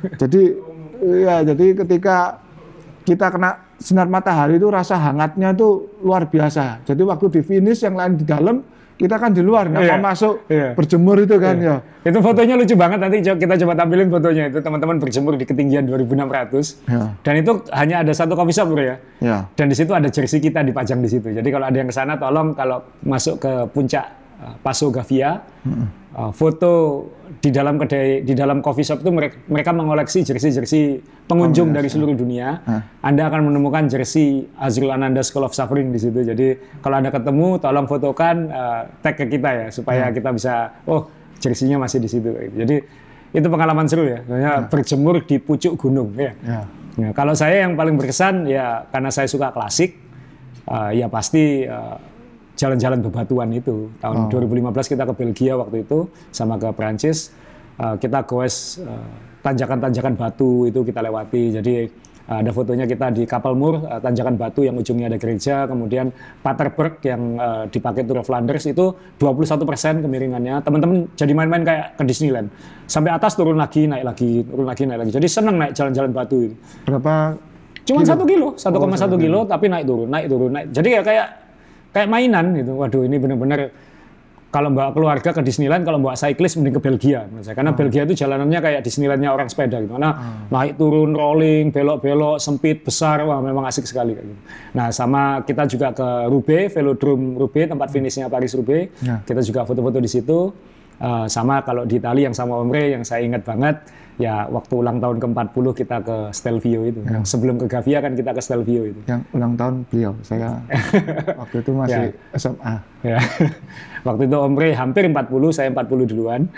Jadi ketika kita kena sinar matahari itu rasa hangatnya itu luar biasa. Jadi waktu di finish yang lain di dalam, kita kan di luar, nggak mau masuk berjemur itu kan ya. Itu fotonya lucu banget, nanti kita coba tampilin fotonya itu teman-teman berjemur di ketinggian 2.600. Dan itu hanya ada satu coffee shop ya. Dan di situ ada jersey kita dipajang di situ. Jadi kalau ada yang ke sana tolong kalau masuk ke puncak Passo Gavia, foto di dalam kedai, di dalam coffee shop itu mereka mengoleksi jersey pengunjung dari seluruh dunia. Anda akan menemukan jersey Azrul Ananda School of Suffering di situ. Jadi kalau Anda ketemu, tolong fotokan, tag ke kita ya supaya kita bisa, jersey-nya masih di situ. Jadi itu pengalaman seru ya, berjemur di pucuk gunung ya. Nah, kalau saya yang paling berkesan ya karena saya suka klasik, ya pasti jalan-jalan bebatuan itu. Tahun 2015 kita ke Belgia waktu itu, sama ke Prancis. Kita goes tanjakan-tanjakan batu itu kita lewati. Jadi ada fotonya kita di Kapelmuur, tanjakan batu yang ujungnya ada gereja. Kemudian Paterberg yang dipakai Tour of Flanders itu 21% kemiringannya. Teman-teman jadi main-main kayak ke Disneyland. Sampai atas turun lagi, naik lagi, turun lagi, naik lagi. Jadi seneng naik jalan-jalan batu itu. Berapa? Cuma 1 kilo, 1,1 kilo, tapi naik turun. Jadi ya kayak mainan gitu. Waduh, ini benar-benar kalau bawa keluarga ke Disneyland, kalau bawa cyclist mending ke Belgia. Karena Belgia itu jalanannya kayak Disneylandnya orang sepeda gitu. Karena naik turun, rolling, belok-belok, sempit, besar, wah memang asik sekali kayak gitu. Nah, sama kita juga ke Roubaix, Velodrome Roubaix, tempat finishnya Paris-Roubaix. Kita juga foto-foto di situ. Sama kalau di Italia yang sama Omre yang saya ingat banget, ya waktu ulang tahun ke-40 kita ke Stelvio itu. Yang sebelum ke Gavia kan kita ke Stelvio itu. Yang ulang tahun beliau, saya waktu itu masih SMA. Ya. Waktu itu Omre hampir 40, saya 40 duluan.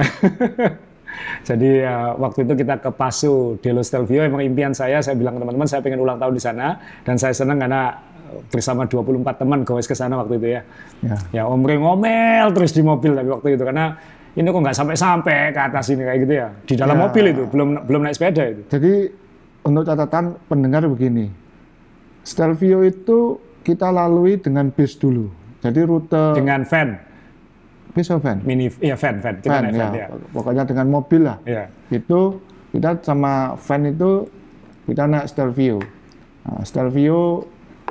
Jadi waktu itu kita ke Passo dello Stelvio, emang impian saya bilang ke teman-teman saya pengen ulang tahun di sana dan saya senang karena bersama 24 teman goes ke sana waktu itu ya. Ya Omre ngomel terus di mobil tapi waktu itu karena ini kok nggak sampai ke atas ini kayak gitu ya. Di dalam mobil itu, belum naik sepeda itu. Jadi untuk catatan pendengar begini, Stelvio itu kita lalui dengan bis dulu. Jadi rute dengan van. Bis atau van? Van. Kita naik van ya. Pokoknya dengan mobil lah. Itu kita sama van itu kita naik Stelvio. Nah, Stelvio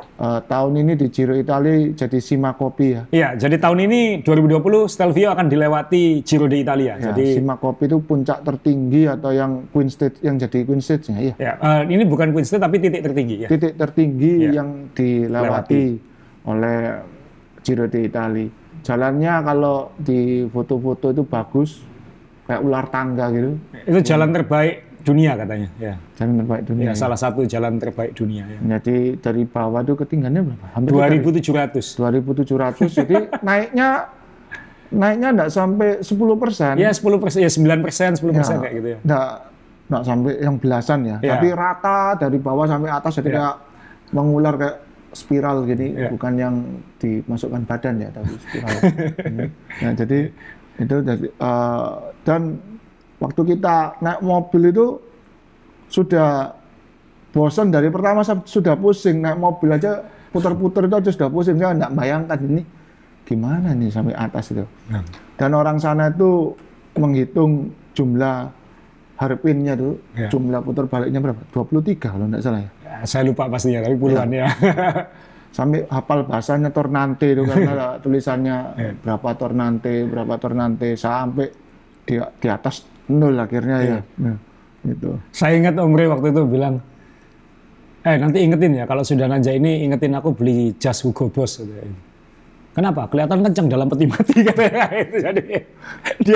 tahun ini di Giro Italia jadi Simacopi ya. Iya, jadi tahun ini 2020 Stelvio akan dilewati Giro d'Italia. Ya, jadi Simacopi itu puncak tertinggi atau yang Queen Stage, yang jadi Queen Stage-nya ya. ya, ini bukan Queen Stage tapi titik tertinggi ya. Titik tertinggi Ya. yang dilewati oleh Giro d'Italia. Jalannya kalau di foto-foto itu bagus, kayak ular tangga gitu. Itu jalan terbaik dunia katanya. Ya, Jalan terbaik dunia. ya, salah satu jalan terbaik dunia. Ya. Jadi dari bawah itu ketinggiannya berapa? Hampir 2.700. 2.700. Jadi naiknya enggak sampai 10%. Ya 10%, ya 9%, 10% kayak gitu ya. Enggak sampai yang belasan ya. Ya. Tapi rata dari bawah sampai atas, jadi Ya. kayak mengular kayak spiral, jadi Ya. bukan yang dimasukkan badan ya, tapi spiral. Nah, jadi itu jadi dan waktu kita naik mobil itu sudah bosan dari pertama, sudah pusing naik mobil aja, putar-putar itu aja sudah pusing. Saya enggak bayangkan ini gimana nih sampai atas itu. Dan orang sana itu menghitung jumlah hairpinnya tuh, jumlah putar baliknya berapa? 23 kalau enggak salah ya. Ya, saya lupa pastinya, tapi puluhan ya. Sampai hafal bahasanya tornante itu karena ada tulisannya berapa tornante sampai di atas 0 akhirnya ya. Nah, itu. Saya ingat Om Rey waktu itu bilang, nanti ingetin ya kalau sudah nanjak ini, ingetin aku beli jas Hugo Boss. Kenapa? Kelihatan kencang dalam peti mati katanya. Jadi dia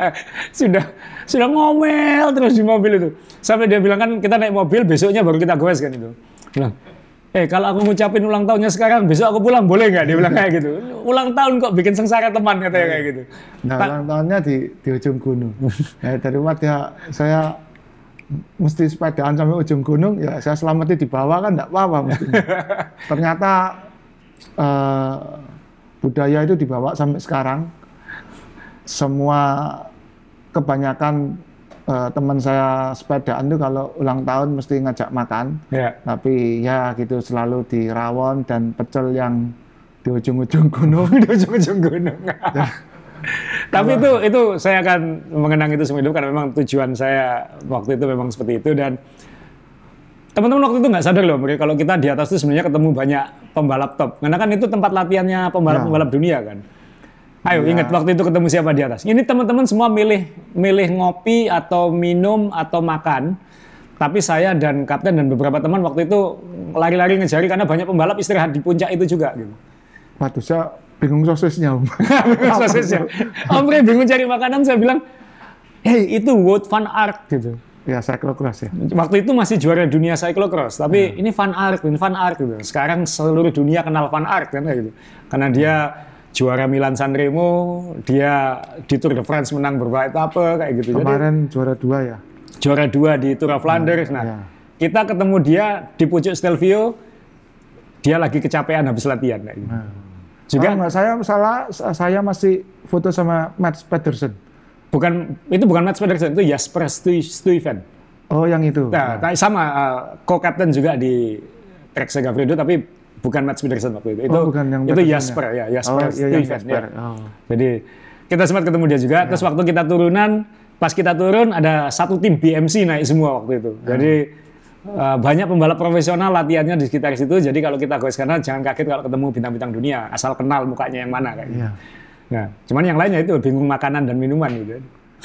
sudah ngomel terus di mobil itu. Sampai dia bilang kan kita naik mobil besoknya baru kita goes kan itu. Bilang, kalau aku ngucapin ulang tahunnya sekarang, besok aku pulang boleh nggak? Dia bilang kayak gitu. Ulang tahun kok bikin sengsara teman katanya kayak gitu. Nah, ulang tahunnya di ujung gunung. Dari rumah saya mesti sepedaan sampai ujung gunung, ya saya selamati di bawah kan nggak apa-apa mesti. Ternyata budaya itu dibawa sampai sekarang. Semua kebanyakan teman saya sepedaan itu kalau ulang tahun mesti ngajak makan. Ya. Tapi ya gitu selalu di rawon dan pecel yang di ujung-ujung gunung. Di ujung-ujung gunung. Tapi itu saya akan mengenang itu semua hidup karena memang tujuan saya waktu itu memang seperti itu. Dan teman-teman waktu itu nggak sadar loh, kalau kita di atas itu sebenarnya ketemu banyak pembalap top. Karena kan itu tempat latihannya pembalap-pembalap dunia kan. Ayo ingat waktu itu ketemu siapa di atas. Ini teman-teman semua milih ngopi atau minum atau makan. Tapi saya dan kapten dan beberapa teman waktu itu lari-lari ngejari karena banyak pembalap istirahat di puncak itu juga gitu. Waduh, saya bingung sosisnya. Bingung sosisnya. Om Rey bingung cari makanan, saya bilang, itu Wout van Aert gitu. Ya, cyclocross ya. Waktu itu masih juara dunia cyclocross, tapi ini Van Aert gitu. Sekarang seluruh dunia kenal Van Aert kan kayak gitu. Karena dia juara Milan Sanremo, dia di Tour de France menang beberapa etape kayak gitu. Kemarin juara 2 ya. Juara 2 di Tour of Flanders. Kita ketemu dia di pucuk Stelvio, dia lagi kecapean habis latihan kayak gitu. Juga saya masih foto sama Mats Pedersen. Itu bukan Mats Pedersen, itu Jasper Stuyven. Oh, yang itu. Nah, sama co-captain juga di Trek Segafredo, tapi bukan Mats Pedersen waktu itu. Bukan yang itu Jasper ya, Jasper Stuyven. Ya. Jadi kita sempat ketemu dia juga. Terus waktu kita turunan, pas kita turun ada satu tim BMC naik semua waktu itu. Jadi banyak pembalap profesional latihannya di sekitar situ. Jadi kalau kita goes karena jangan kaget kalau ketemu bintang-bintang dunia, asal kenal mukanya yang mana kayak gitu. Nah, cuman yang lainnya itu bingung makanan dan minuman gitu.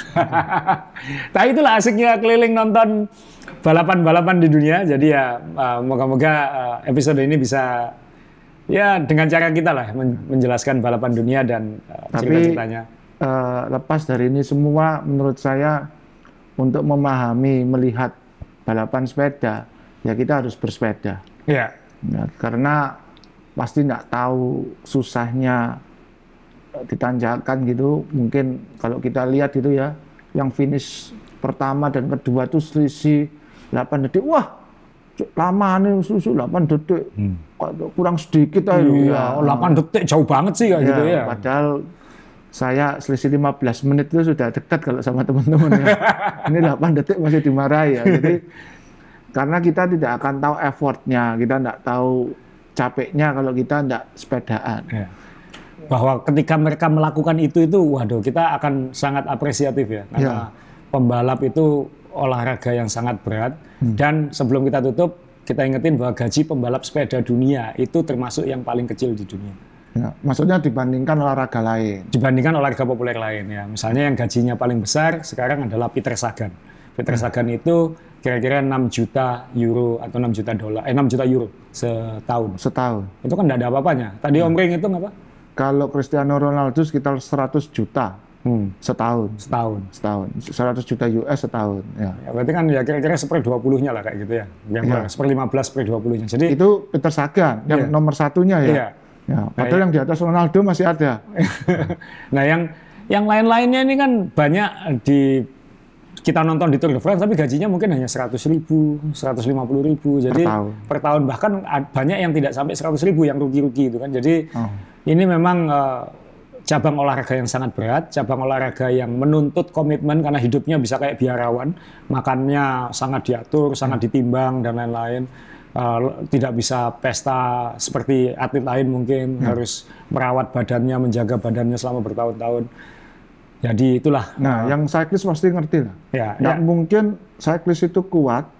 Nah, itulah asiknya keliling nonton balapan-balapan di dunia. Jadi ya moga-moga episode ini bisa ya dengan cara kita lah menjelaskan balapan dunia dan cerita-ceritanya. Lepas dari ini semua, menurut saya untuk memahami, melihat balapan sepeda, ya kita harus bersepeda. Ya. Nah, karena pasti nggak tahu susahnya ditanjakan gitu. Mungkin kalau kita lihat itu ya, yang finish pertama dan kedua tuh selisih 8 detik. Wah, lama nih susu 8 detik. Kurang sedikit aja. Iya, 8 detik jauh banget sih kayak gitu ya. Padahal saya selisih 15 menit itu sudah dekat kalau sama teman-teman ya. Ini 8 detik masih dimarahi ya. Jadi karena kita tidak akan tahu effortnya, kita tidak tahu capeknya kalau kita tidak sepedaan. Ya. Bahwa ketika mereka melakukan itu waduh, kita akan sangat apresiatif ya. Karena pembalap itu olahraga yang sangat berat. Dan sebelum kita tutup, kita ingetin bahwa gaji pembalap sepeda dunia itu termasuk yang paling kecil di dunia. Ya, maksudnya dibandingkan olahraga lain. Dibandingkan olahraga populer lain ya. Misalnya yang gajinya paling besar sekarang adalah Peter Sagan. Peter Sagan itu kira-kira 6 juta euro atau 6 juta dolar, 6 juta euro setahun. Setahun. Itu kan tidak ada apa-apanya. Tadi Om Ring itu apa? Kalau Cristiano Ronaldo sekitar 100 juta setahun. Setahun. 100 juta US setahun. Ya. Ya, berarti kan ya kira-kira 1/20-nya lah kayak gitu ya. Yang 1/15/20-nya. Jadi itu Peter Sagan yang nomor satunya ya. Iya. Ya, padahal yang di atas Ronaldo masih ada. Nah, yang lain-lainnya ini kan banyak kita nonton di Tour de France, tapi gajinya mungkin hanya 100.000, 150.000. Jadi per tahun bahkan banyak yang tidak sampai 100.000 yang rugi-rugi itu kan. Jadi ini memang cabang olahraga yang sangat berat, cabang olahraga yang menuntut komitmen karena hidupnya bisa kayak biarawan, makannya sangat diatur, sangat ditimbang dan lain-lain. Tidak bisa pesta seperti atlet lain mungkin, harus merawat badannya, menjaga badannya selama bertahun-tahun. Jadi itulah. Nah, yang cyclist pasti ngerti lah. Nggak mungkin cyclist itu kuat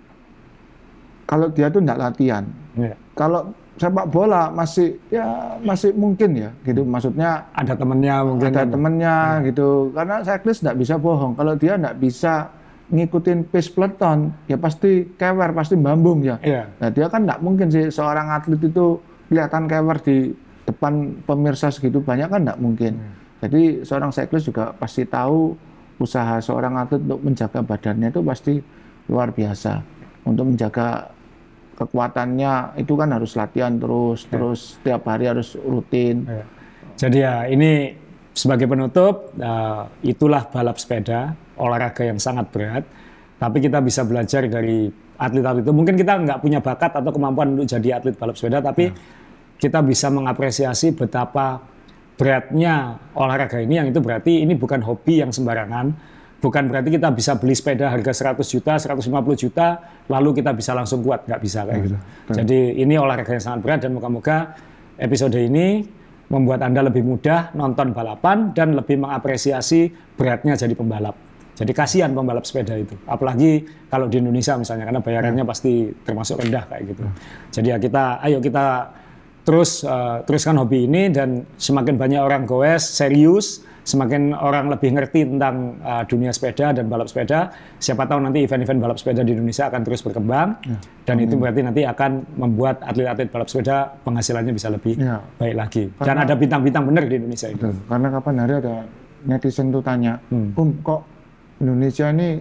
kalau dia tuh nggak latihan. Kalau sepak bola masih mungkin ya, gitu. Maksudnya ada temennya mungkin. Ada temennya gitu. Karena cyclist nggak bisa bohong. Kalau dia nggak bisa ngikutin pace peloton, ya pasti kewer, pasti bambung ya. Nah, dia kan nggak mungkin sih seorang atlet itu kelihatan kewer di depan pemirsa segitu banyak kan nggak mungkin. Jadi seorang cyclist juga pasti tahu usaha seorang atlet untuk menjaga badannya itu pasti luar biasa. Untuk menjaga kekuatannya itu kan harus latihan terus setiap hari harus rutin. Jadi ya ini sebagai penutup, itulah balap sepeda, olahraga yang sangat berat, tapi kita bisa belajar dari atlet-atlet itu. Mungkin kita nggak punya bakat atau kemampuan untuk jadi atlet balap sepeda, tapi kita bisa mengapresiasi betapa beratnya olahraga ini, yang itu berarti ini bukan hobi yang sembarangan, bukan berarti kita bisa beli sepeda harga 100 juta, 150 juta, lalu kita bisa langsung kuat, nggak bisa kayak gitu. Jadi ini olahraga yang sangat berat dan moga-moga episode ini membuat Anda lebih mudah nonton balapan dan lebih mengapresiasi beratnya jadi pembalap. Jadi kasihan pembalap sepeda itu. Apalagi kalau di Indonesia misalnya, karena bayarannya pasti termasuk rendah kayak gitu. Jadi ya ayo kita teruskan hobi ini, dan semakin banyak orang goes, serius, semakin orang lebih ngerti tentang dunia sepeda dan balap sepeda, siapa tahu nanti event-event balap sepeda di Indonesia akan terus berkembang, dan itu berarti nanti akan membuat atlet-atlet balap sepeda penghasilannya bisa lebih baik lagi. Dan ada bintang-bintang benar di Indonesia itu. Karena kapan hari ada netizen tuh tanya, kok Indonesia ini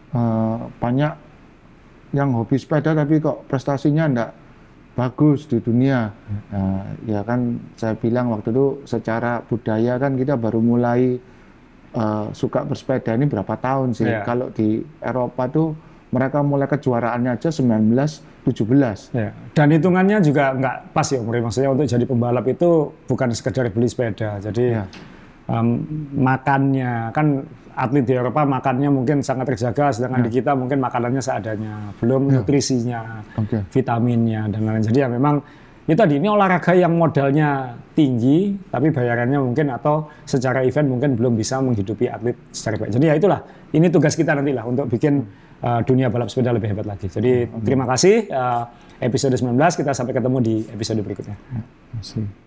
banyak yang hobi sepeda tapi kok prestasinya enggak bagus di dunia. Nah, ya kan saya bilang waktu itu secara budaya kan kita baru mulai suka bersepeda ini berapa tahun sih. Kalau di Eropa tuh mereka mulai kejuaraannya aja 1917. Dan hitungannya juga nggak pas ya, maksudnya untuk jadi pembalap itu bukan sekedar beli sepeda. Jadi makannya kan atlet di Eropa makannya mungkin sangat terjaga, sedangkan di kita mungkin makanannya seadanya, belum nutrisinya, vitaminnya dan lain-lain. Jadi ya memang itu tadi, ini olahraga yang modalnya tinggi tapi bayarannya mungkin atau secara event mungkin belum bisa menghidupi atlet secara baik. Jadi ya itulah, ini tugas kita nantilah untuk bikin dunia balap sepeda lebih hebat lagi. Jadi terima kasih, episode 19, kita sampai ketemu di episode berikutnya. Terima kasih.